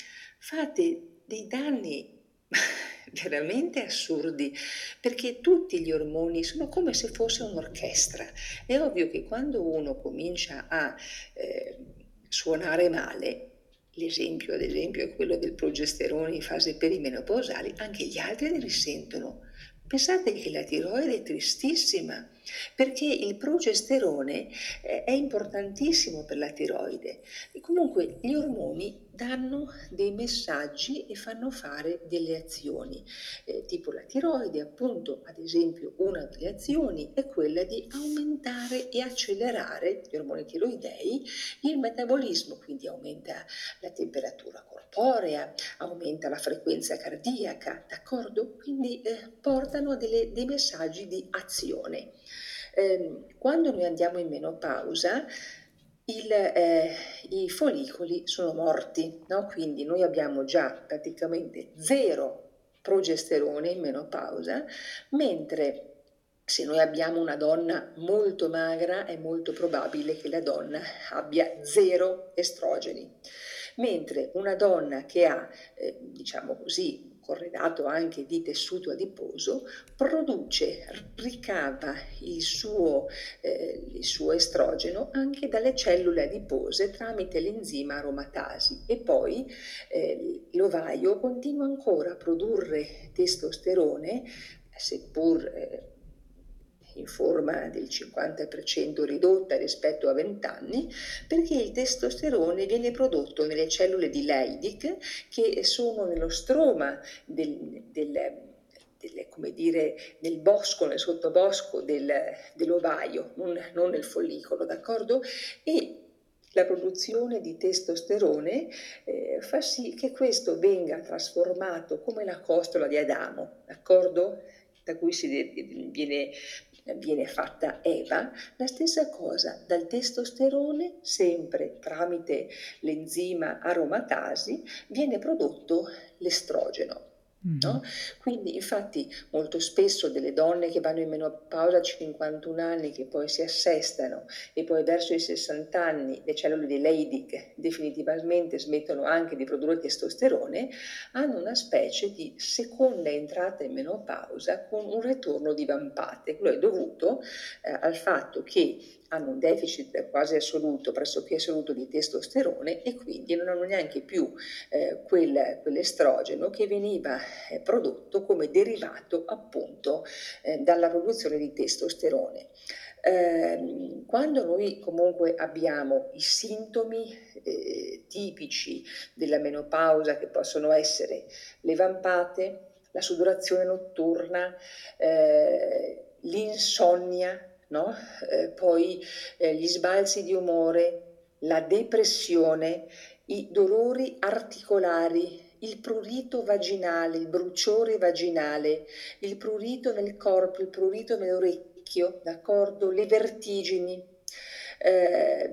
fate dei danni veramente assurdi, perché tutti gli ormoni sono come se fosse un'orchestra. È ovvio che quando uno comincia a eh, suonare male, l'esempio ad esempio è quello del progesterone in fase perimenopausale, anche gli altri ne risentono. Pensate che la tiroide è tristissima, perché il progesterone eh, è importantissimo per la tiroide e comunque gli ormoni danno dei messaggi e fanno fare delle azioni, eh, tipo la tiroide, appunto, ad esempio, una delle azioni è quella di aumentare e accelerare gli ormoni tiroidei il metabolismo, quindi aumenta la temperatura corporea, aumenta la frequenza cardiaca, d'accordo? Quindi eh, portano delle- dei messaggi di azione. Ehm, quando noi andiamo in menopausa, il, eh, i follicoli sono morti, no? Quindi noi abbiamo già praticamente zero progesterone in menopausa, mentre se noi abbiamo una donna molto magra è molto probabile che la donna abbia zero estrogeni, mentre una donna che ha, eh, diciamo così, corredato anche di tessuto adiposo, produce, ricava il suo, eh, il suo estrogeno anche dalle cellule adipose tramite l'enzima aromatasi e poi eh, l'ovaio continua ancora a produrre testosterone, seppur eh, in forma del cinquanta per cento ridotta rispetto a venti anni, perché il testosterone viene prodotto nelle cellule di Leydig che sono nello stroma del, del delle, come dire, nel bosco, nel sottobosco del, dell'ovaio, non, non nel follicolo, d'accordo? E la produzione di testosterone eh, fa sì che questo venga trasformato come la costola di Adamo, d'accordo? Da cui si de- viene, viene fatta Eva, la stessa cosa dal testosterone, sempre tramite l'enzima aromatasi, viene prodotto l'estrogeno. Mhm. No? Quindi infatti molto spesso delle donne che vanno in menopausa a cinquantuno anni, che poi si assestano e poi verso i sessanta anni le cellule di Leydig definitivamente smettono anche di produrre testosterone, hanno una specie di seconda entrata in menopausa con un ritorno di vampate. Quello è dovuto eh, al fatto che hanno un deficit quasi assoluto, pressoché assoluto di testosterone e quindi non hanno neanche più eh, quel, quell'estrogeno che veniva eh, prodotto come derivato appunto eh, dalla produzione di testosterone. Eh, quando noi comunque abbiamo i sintomi eh, tipici della menopausa che possono essere le vampate, la sudorazione notturna, eh, l'insonnia, no? eh, poi eh, gli sbalzi di umore, la depressione, i dolori articolari, il prurito vaginale, il bruciore vaginale, il prurito nel corpo, il prurito nell'orecchio, d'accordo? Le vertigini. Eh,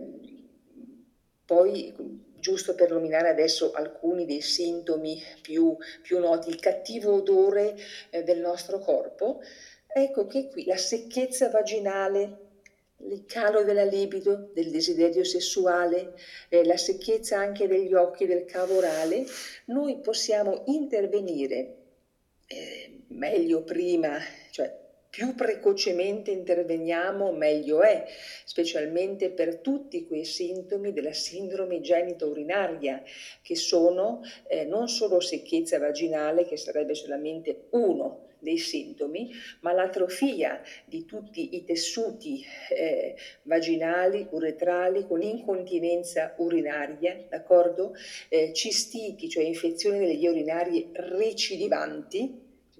poi, giusto per nominare adesso alcuni dei sintomi più, più noti, il cattivo odore eh, del nostro corpo, ecco che qui la secchezza vaginale, il calo della libido, del desiderio sessuale, eh, la secchezza anche degli occhi, del cavo orale, noi possiamo intervenire eh, meglio prima, cioè più precocemente interveniamo, meglio è, specialmente per tutti quei sintomi della sindrome genito-urinaria, che sono eh, non solo secchezza vaginale, che sarebbe solamente uno dei sintomi, ma l'atrofia di tutti i tessuti eh, vaginali, uretrali, con incontinenza urinaria, d'accordo? Eh, cistiti, cioè infezioni delle vie urinarie recidivanti,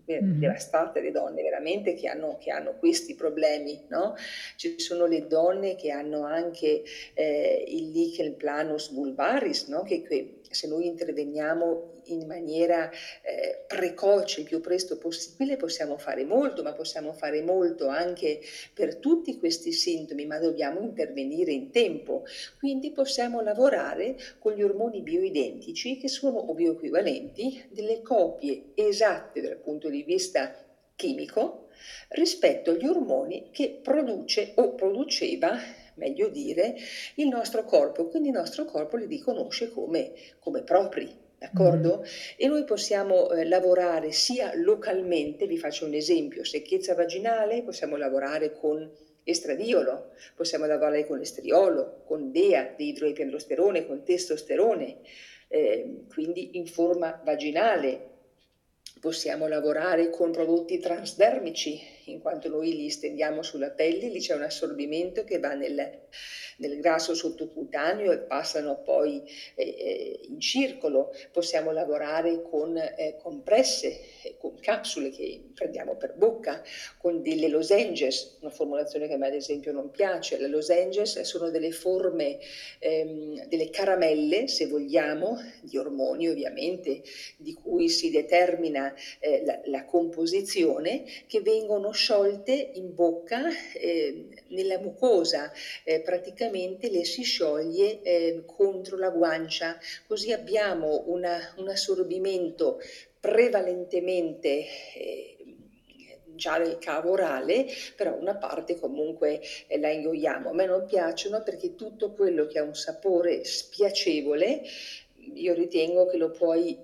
eh, Mh-mh. devastate le donne veramente che hanno che hanno questi problemi, no, ci sono le donne che hanno anche, ehm, il lichen planus vulvaris, no, che che se noi interveniamo in maniera, ehm, precoce, il più presto possibile, possiamo fare molto, ma possiamo fare molto anche per tutti questi sintomi, ma dobbiamo intervenire in tempo. Quindi possiamo lavorare con gli ormoni bioidentici che sono o bioequivalenti delle copie esatte dal punto di vista chimico rispetto agli ormoni che produce o produceva, meglio dire, il nostro corpo. Quindi il nostro corpo li riconosce come, come propri. Mh-mh. D'accordo? E noi possiamo eh, lavorare sia localmente, vi faccio un esempio, secchezza vaginale, possiamo lavorare con estradiolo, possiamo lavorare con estriolo, con dea, dihidroepiandrosterone, con testosterone, eh, quindi in forma vaginale. Possiamo lavorare con prodotti transdermici, in quanto noi li stendiamo sulla pelle, lì c'è un assorbimento che va nel, nel grasso sottocutaneo e passano poi eh, eh, in circolo. Possiamo lavorare con eh, compresse, eh, con capsule che prendiamo per bocca, con delle lozenges, una formulazione che a me ad esempio non piace. Le lozenges sono delle forme, ehm, delle caramelle, se vogliamo, di ormoni ovviamente, di cui si determina eh, la, la composizione, che vengono sciolte in bocca eh, nella mucosa, eh, praticamente le si scioglie eh, contro la guancia, così abbiamo una, un assorbimento prevalentemente eh, già del cavo orale, però una parte comunque eh, la ingoiamo. A me non piacciono perché tutto quello che ha un sapore spiacevole, io ritengo che lo puoi,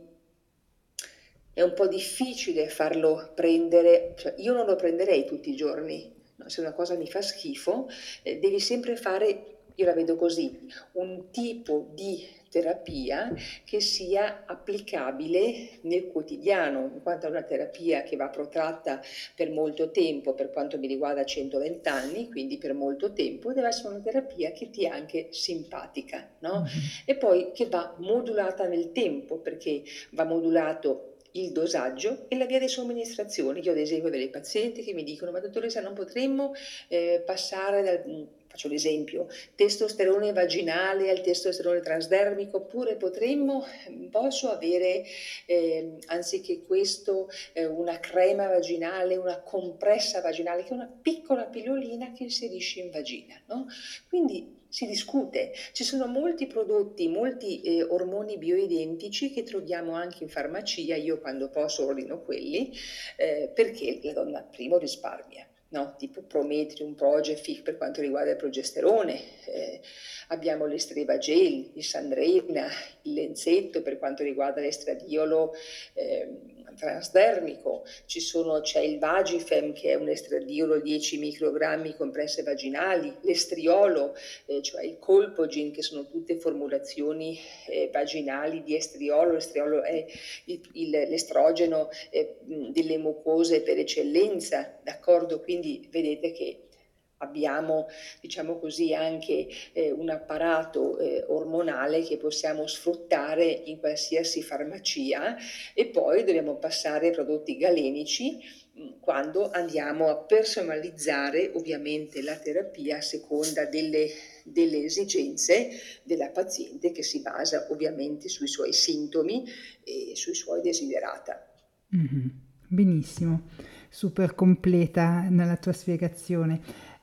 è un po' difficile farlo prendere, cioè io non lo prenderei tutti i giorni, no? Se una cosa mi fa schifo, eh, devi sempre fare, io la vedo così, un tipo di terapia che sia applicabile nel quotidiano, in quanto è una terapia che va protratta per molto tempo, per quanto mi riguarda centoventi anni, quindi per molto tempo, deve essere una terapia che ti è anche simpatica, no? Mh-mh. E poi che va modulata nel tempo, perché va modulato il dosaggio e la via di somministrazione. Io ad esempio ho delle pazienti che mi dicono: ma dottoressa, non potremmo eh, passare dal, mm, faccio l'esempio, testosterone vaginale al testosterone transdermico, oppure potremmo, mm, posso avere eh, anziché questo eh, una crema vaginale, una compressa vaginale, che è una piccola pillolina che inserisci in vagina, no? Quindi si discute, ci sono molti prodotti, molti eh, ormoni bioidentici che troviamo anche in farmacia, io quando posso ordino quelli, eh, perché la donna primo risparmia. No, tipo Prometrium, Progefic per quanto riguarda il progesterone, eh, abbiamo l'estreva gel, il Sandrena, il lenzetto per quanto riguarda l'estradiolo eh, transdermico, ci sono, c'è il Vagifem che è un estradiolo dieci microgrammi compresse vaginali, l'estriolo, eh, cioè il Colpogin, che sono tutte formulazioni eh, vaginali di estriolo. L'estriolo è il, il, l'estrogeno eh, delle mucose per eccellenza, d'accordo? Quindi vedete che abbiamo, diciamo così, anche eh, un apparato eh, ormonale che possiamo sfruttare in qualsiasi farmacia, e poi dobbiamo passare ai prodotti galenici mh, quando andiamo a personalizzare ovviamente la terapia a seconda delle, delle esigenze della paziente, che si basa ovviamente sui suoi sintomi e sui suoi desiderata. Mh-mh. Benissimo, super completa nella tua spiegazione.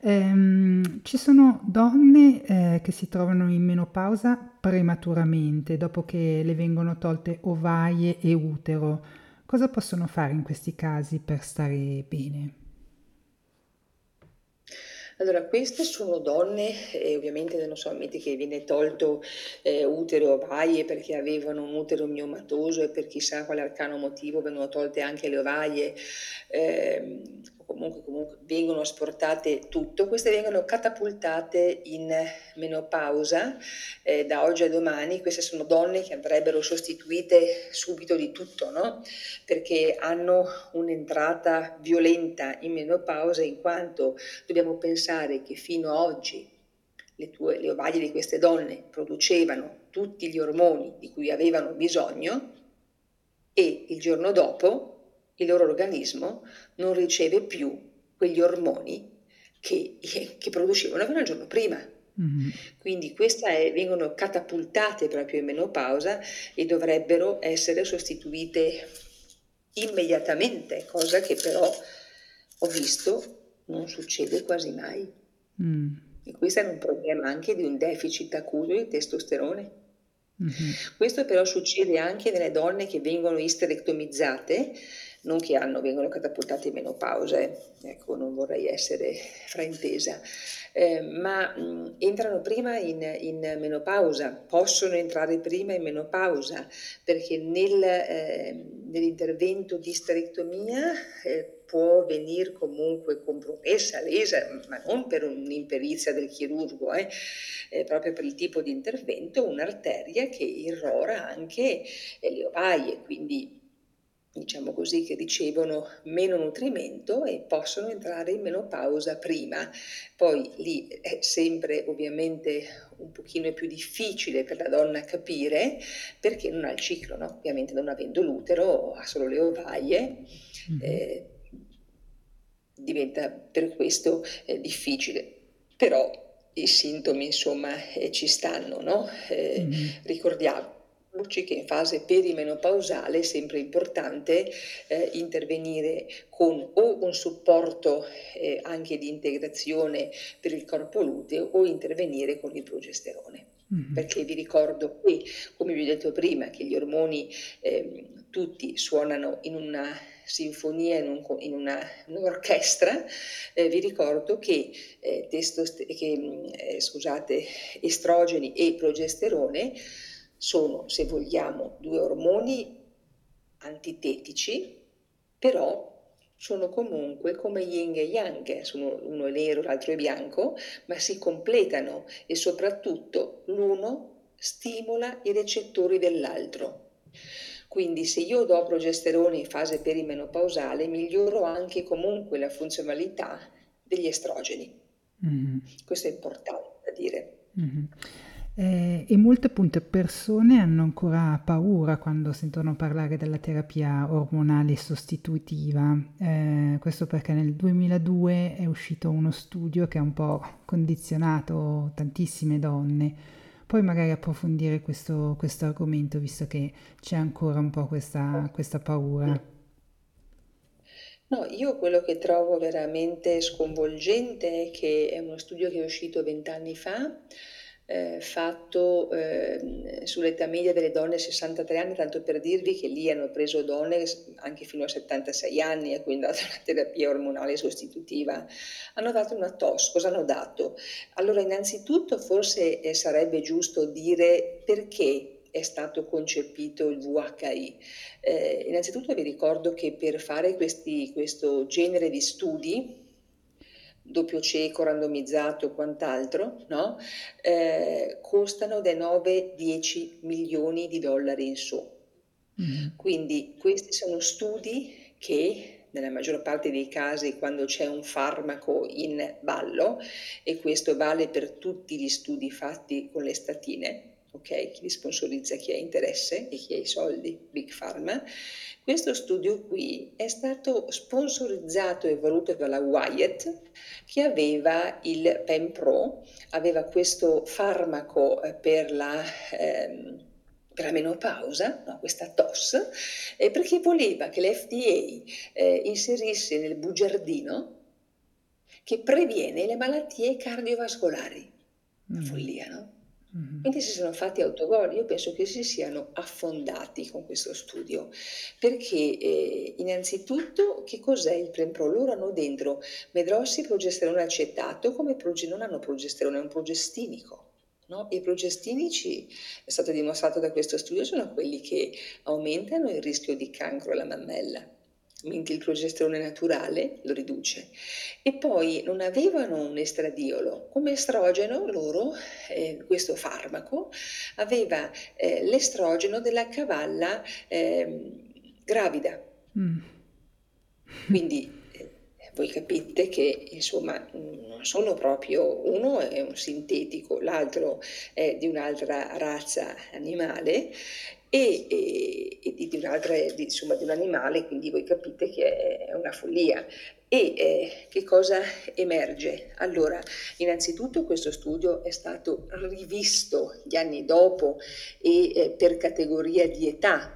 Ehm, ci sono donne, ehm, che si trovano in menopausa prematuramente, dopo che le vengono tolte ovaie e utero. Cosa possono fare in questi casi per stare bene? Allora, queste sono donne, e ovviamente non so, metti che viene tolto eh, utero e ovaie perché avevano un utero miomatoso e per chissà quale arcano motivo vengono tolte anche le ovaie, ehm, o comunque, comunque vengono asportate tutto, queste vengono catapultate in menopausa eh, da oggi a domani. Queste sono donne che andrebbero sostituite subito di tutto, no? Perché hanno un'entrata violenta in menopausa, in quanto dobbiamo pensare che fino a oggi le, tue, le ovaie di queste donne producevano tutti gli ormoni di cui avevano bisogno, e il giorno dopo il loro organismo non riceve più quegli ormoni che, che producevano fino al giorno prima. Mhm. Quindi questa è, vengono catapultate proprio in menopausa e dovrebbero essere sostituite immediatamente, cosa che però ho visto non succede quasi mai. Mm. E questo è un problema anche di un deficit acuto di testosterone. Mhm. Questo però succede anche nelle donne che vengono isterectomizzate, non che hanno, vengono catapultate in menopausa, eh. Ecco, non vorrei essere fraintesa, eh, ma mh, entrano prima in, in menopausa, possono entrare prima in menopausa, perché nel, eh, nell'intervento di isterectomia eh, può venire comunque compromessa, lesa, ma non per un'imperizia del chirurgo, eh, eh, proprio per il tipo di intervento, un'arteria che irrora anche eh, le ovaie, quindi diciamo così che ricevono meno nutrimento e possono entrare in menopausa prima. Poi lì è sempre ovviamente un pochino più difficile per la donna capire perché non ha il ciclo, no? Ovviamente non avendo l'utero, ha solo le ovaie. Mhm. Eh, diventa per questo eh, difficile, però i sintomi insomma eh, ci stanno, no? Eh, Mhm. ricordiamoci che in fase perimenopausale è sempre importante eh, intervenire con o un supporto eh, anche di integrazione per il corpo luteo o intervenire con il progesterone. Mhm. Perché vi ricordo qui, come vi ho detto prima, che gli ormoni eh, tutti suonano in una sinfonia, in, un, in una, un'orchestra, eh, vi ricordo che, eh, testost- che eh, scusate, estrogeni e progesterone sono, se vogliamo, due ormoni antitetici, però sono comunque come yin e yang, sono, uno è nero, l'altro è bianco, ma si completano e soprattutto l'uno stimola i recettori dell'altro. Quindi se io do progesterone in fase perimenopausale, miglioro anche comunque la funzionalità degli estrogeni. Mhm. Questo è importante da dire. Mhm. Eh, e molte appunto persone hanno ancora paura quando sentono parlare della terapia ormonale sostitutiva. Eh, questo perché nel duemiladue è uscito uno studio che ha un po' condizionato tantissime donne. Poi magari approfondire questo, questo argomento, visto che c'è ancora un po' questa, questa paura. No, io quello che trovo veramente sconvolgente è che è uno studio che è uscito vent'anni fa, eh, fatto ehm, sull'età media delle donne sessantatré anni, tanto per dirvi che lì hanno preso donne s- anche fino a settantasei anni e quindi hanno dato una terapia ormonale sostitutiva. Hanno dato una T O S, cosa hanno dato? Allora, innanzitutto forse eh, sarebbe giusto dire perché è stato concepito il V H I. Eh, innanzitutto vi ricordo che per fare questi, questo genere di studi, doppio cieco, randomizzato e quant'altro, no? Eh, costano dai nove dieci milioni di dollari in su. Mhm. Quindi questi sono studi che nella maggior parte dei casi quando c'è un farmaco in ballo, e questo vale per tutti gli studi fatti con le statine, ok? Chi li sponsorizza, chi ha interesse e chi ha i soldi, Big Pharma. Questo studio qui è stato sponsorizzato e voluto dalla Wyeth, che aveva il Pempro, aveva questo farmaco eh, per la, ehm, per la menopausa, no, questa T O S, eh, perché voleva che l'F D A eh, inserisse nel bugiardino che previene le malattie cardiovascolari. Una Mhm. follia, no? Mhm. Quindi si sono fatti autogol. Io penso che si siano affondati con questo studio, perché eh, innanzitutto che cos'è il Prempro? Loro hanno dentro medrossi progesterone acetato, come proge- non hanno progesterone, è un progestinico. No? I progestinici, è stato dimostrato da questo studio, sono quelli che aumentano il rischio di cancro alla mammella, mentre il progesterone naturale lo riduce. E poi non avevano un estradiolo, come estrogeno loro, eh, questo farmaco, aveva eh, l'estrogeno della cavalla ehm, gravida. Mm. Quindi eh, voi capite che insomma non sono proprio, uno è un sintetico, l'altro è di un'altra razza animale e, e- e di, di un'altra, di, insomma, di un animale, quindi voi capite che è una follia. E eh, che cosa emerge? Allora, innanzitutto questo studio è stato rivisto gli anni dopo e eh, per categoria di età.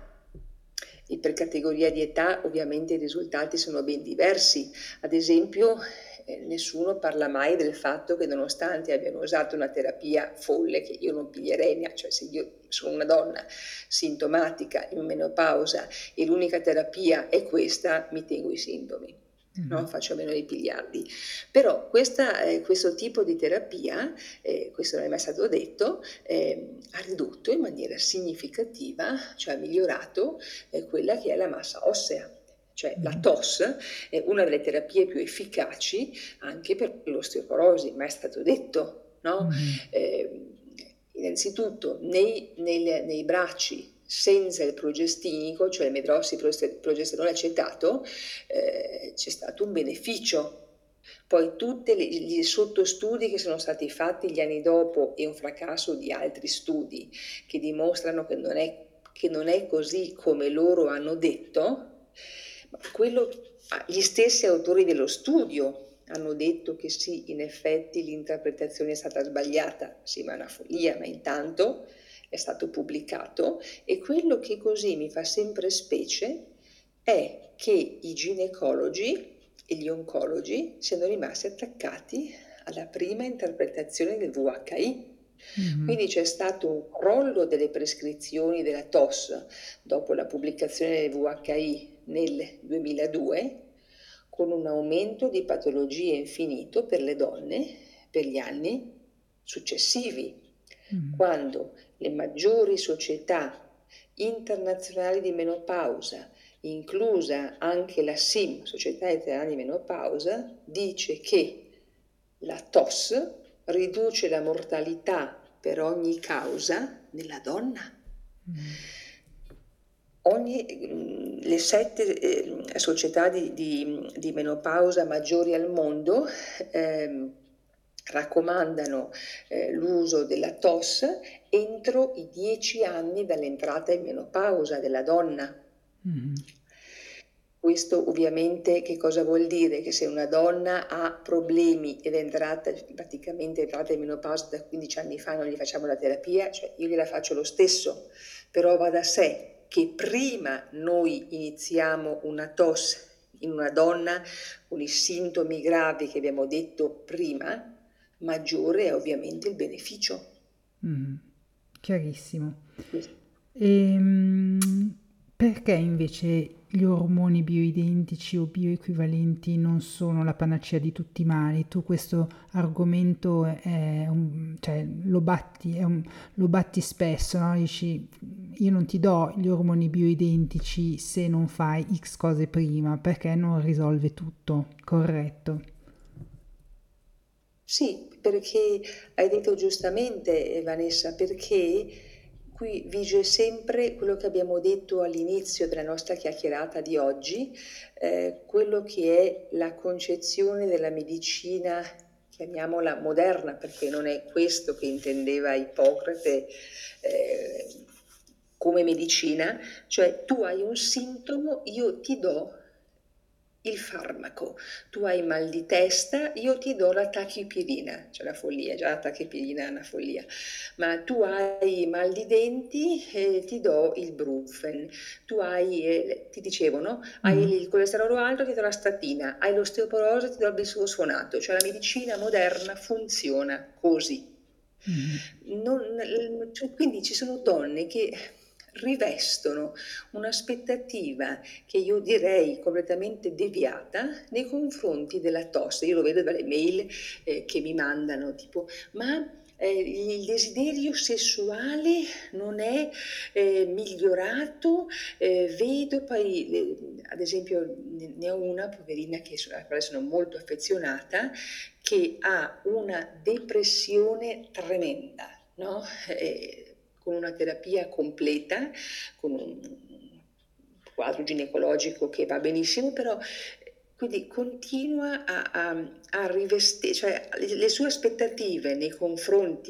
E per categoria di età ovviamente i risultati sono ben diversi. Ad esempio, eh, nessuno parla mai del fatto che nonostante abbiano usato una terapia folle, che io non piglierei, cioè se io sono una donna sintomatica in menopausa e l'unica terapia è questa, mi tengo i sintomi. No? Faccio a meno di pigliarli. Però questa, eh, questo tipo di terapia, eh, questo non è mai stato detto, eh, ha ridotto in maniera significativa, cioè ha migliorato eh, quella che è la massa ossea. Cioè la T O S è una delle terapie più efficaci anche per l'osteoporosi, ma è stato detto, no? Mm-hmm. Eh, innanzitutto nei, nei, nei bracci senza il progestinico, cioè il medrossiprogesterone acetato, eh, c'è stato un beneficio. Poi tutti gli sottostudi che sono stati fatti gli anni dopo e un fracasso di altri studi che dimostrano che non è, che non è così come loro hanno detto, ma quello, gli stessi autori dello studio hanno detto che sì, in effetti l'interpretazione è stata sbagliata, sì, ma è una follia, ma intanto è stato pubblicato e quello che così mi fa sempre specie è che i ginecologi e gli oncologi siano rimasti attaccati alla prima interpretazione del V H I. Mm-hmm. Quindi c'è stato un crollo delle prescrizioni della T O S dopo la pubblicazione del V H I nel duemiladue, con un aumento di patologie infinito per le donne per gli anni successivi, mm. quando le maggiori società internazionali di menopausa, inclusa anche la S I M, Società Italiana di Menopausa, dice che la T O S riduce la mortalità per ogni causa nella donna. Mm. Ogni, le sette eh, società di, di, di menopausa maggiori al mondo eh, raccomandano eh, l'uso della T O S entro i dieci anni dall'entrata in menopausa della donna. Mm-hmm. Questo ovviamente che cosa vuol dire? Che se una donna ha problemi ed è entrata, praticamente è entrata in menopausa da quindici anni fa, non gli facciamo la terapia, cioè io gliela faccio lo stesso, però va da sé che prima noi iniziamo una T O S in una donna con i sintomi gravi che abbiamo detto prima, maggiore è ovviamente il beneficio. Mm, chiarissimo. E, um, perché invece gli ormoni bioidentici o bioequivalenti non sono la panacea di tutti i mali? Tu questo argomento è un, cioè, lo, batti, è un, lo batti spesso, no? Dici, io non ti do gli ormoni bioidentici se non fai X cose prima, perché non risolve tutto, corretto? Sì, perché hai detto giustamente, Vanessa, perché qui vige sempre quello che abbiamo detto all'inizio della nostra chiacchierata di oggi, eh, quello che è la concezione della medicina, chiamiamola moderna, perché non è questo che intendeva Ippocrate eh, come medicina, cioè tu hai un sintomo, io ti do il farmaco, tu hai mal di testa, io ti do la tachipirina, c'è una follia, già la tachipirina è una follia, ma tu hai mal di denti, eh, ti do il Brufen, tu hai, eh, ti dicevo, no? Hai mm. il colesterolo alto, ti do la statina, hai l'osteoporosi, ti do il bisulfonato, cioè la medicina moderna funziona così. Mm. Non, cioè, quindi ci sono donne che rivestono un'aspettativa che io direi completamente deviata nei confronti della T O S. Io lo vedo dalle mail eh, che mi mandano, tipo, ma eh, il desiderio sessuale non è eh, migliorato, eh, vedo poi, eh, ad esempio, ne ho una poverina che, alla quale sono molto affezionata, che ha una depressione tremenda, no? Eh, con una terapia completa, con un quadro ginecologico che va benissimo, però quindi continua a, a, a rivestire, cioè le sue aspettative nei confronti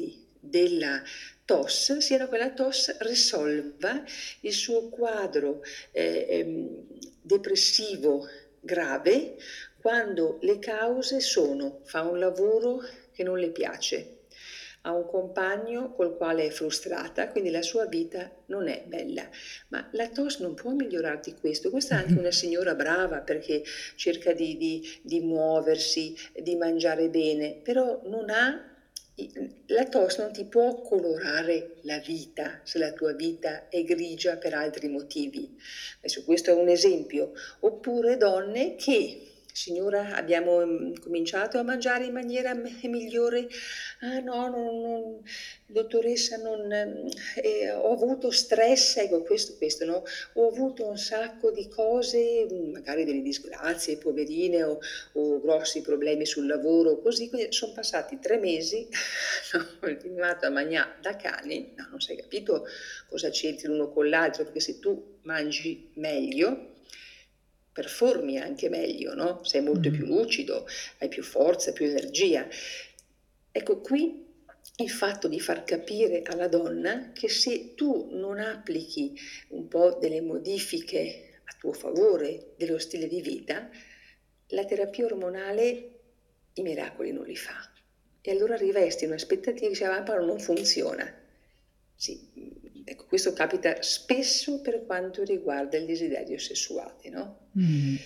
della T O S, siano che la T O S risolva il suo quadro eh, ehm, depressivo grave quando le cause sono: fa un lavoro che non le piace, ha un compagno col quale è frustrata, quindi la sua vita non è bella. Ma la T O S non può migliorarti questo. Questa è anche una signora brava perché cerca di, di- di muoversi, di mangiare bene, però non ha... La T O S non ti può colorare la vita se la tua vita è grigia per altri motivi. Adesso questo è un esempio. Oppure donne che, signora, abbiamo mm, cominciato a mangiare in maniera m- migliore. Ah no, non, non- dottoressa, non, ehm, eh, ho avuto stress, ecco questo, questo, no? Ho avuto un sacco di cose, mm, magari delle disgrazie, poverine, o, o grossi problemi sul lavoro, così, quindi sono passati tre mesi, ho continuato a mangiare da cani, no, non sei capito cosa c'entri l'uno con l'altro, perché se tu mangi meglio, performi anche meglio, no? Sei molto più Mhm. lucido, hai più forza, più energia. Ecco qui il fatto di far capire alla donna che se tu non applichi un po' delle modifiche a tuo favore dello stile di vita, la terapia ormonale i miracoli non li fa. E allora rivesti un'aspettativa che dice, ah, però non funziona. Sì, mm, ecco, questo capita spesso per quanto riguarda il desiderio sessuale, no? Mhm.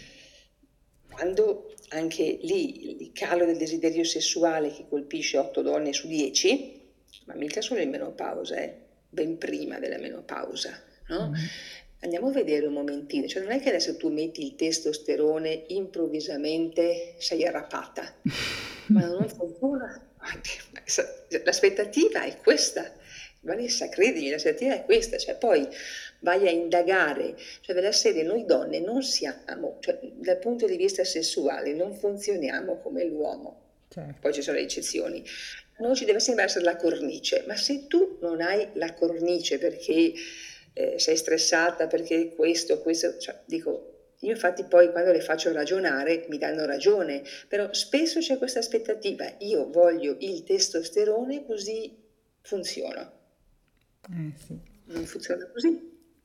Quando anche lì il calo del desiderio sessuale che colpisce otto donne su dieci, ma mica solo in menopausa, eh, ben prima della menopausa, no? Mhm. Andiamo a vedere un momentino, cioè non è che adesso tu metti il testosterone improvvisamente sei arrapata, ma non funziona. L'aspettativa è questa, Vanessa, credimi, l'aspettativa è questa, cioè poi vai a indagare, cioè della serie noi donne non siamo, cioè dal punto di vista sessuale non funzioniamo come l'uomo, Certo. poi ci sono le eccezioni. A noi ci deve sempre essere la cornice, ma se tu non hai la cornice perché eh, sei stressata, perché questo, questo, cioè, dico, io infatti poi quando le faccio ragionare mi danno ragione, però spesso c'è questa aspettativa, io voglio il testosterone così funziona, Eh sì. non funziona così.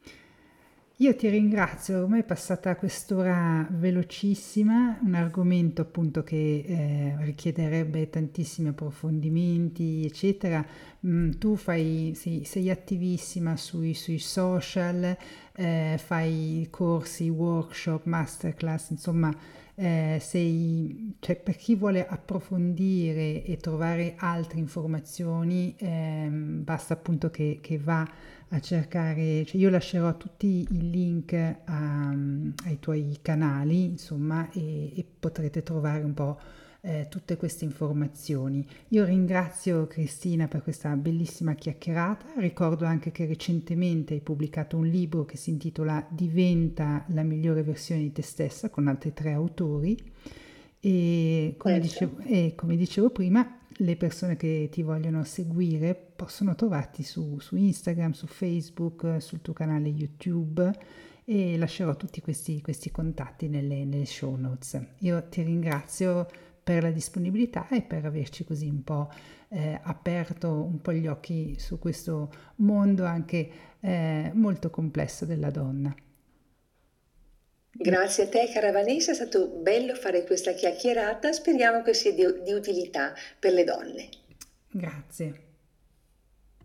Io ti ringrazio, ormai è passata quest'ora velocissima, un argomento appunto che eh, richiederebbe tantissimi approfondimenti, eccetera. Mm, tu fai, sei, sei attivissima sui, sui social, eh, fai corsi, workshop, masterclass, insomma, eh, sei, cioè, per chi vuole approfondire e trovare altre informazioni, ehm, basta appunto che, che va a cercare, cioè io lascerò tutti i link a- ai tuoi canali, insomma, e, e potrete trovare un po' eh, tutte queste informazioni. Io ringrazio Cristina per questa bellissima chiacchierata, ricordo anche che recentemente hai pubblicato un libro che si intitola Diventa la migliore versione di te stessa con altri tre autori e come Certo. dicevo, e come dicevo prima, le persone che ti vogliono seguire possono trovarti su, su Instagram, su Facebook, sul tuo canale YouTube e lascerò tutti questi, questi contatti nelle, nelle show notes. Io ti ringrazio per la disponibilità e per averci così un po' eh, aperto un po' gli occhi su questo mondo anche eh, molto complesso della donna. Grazie a te, cara Vanessa, è stato bello fare questa chiacchierata, speriamo che sia di, di utilità per le donne. Grazie.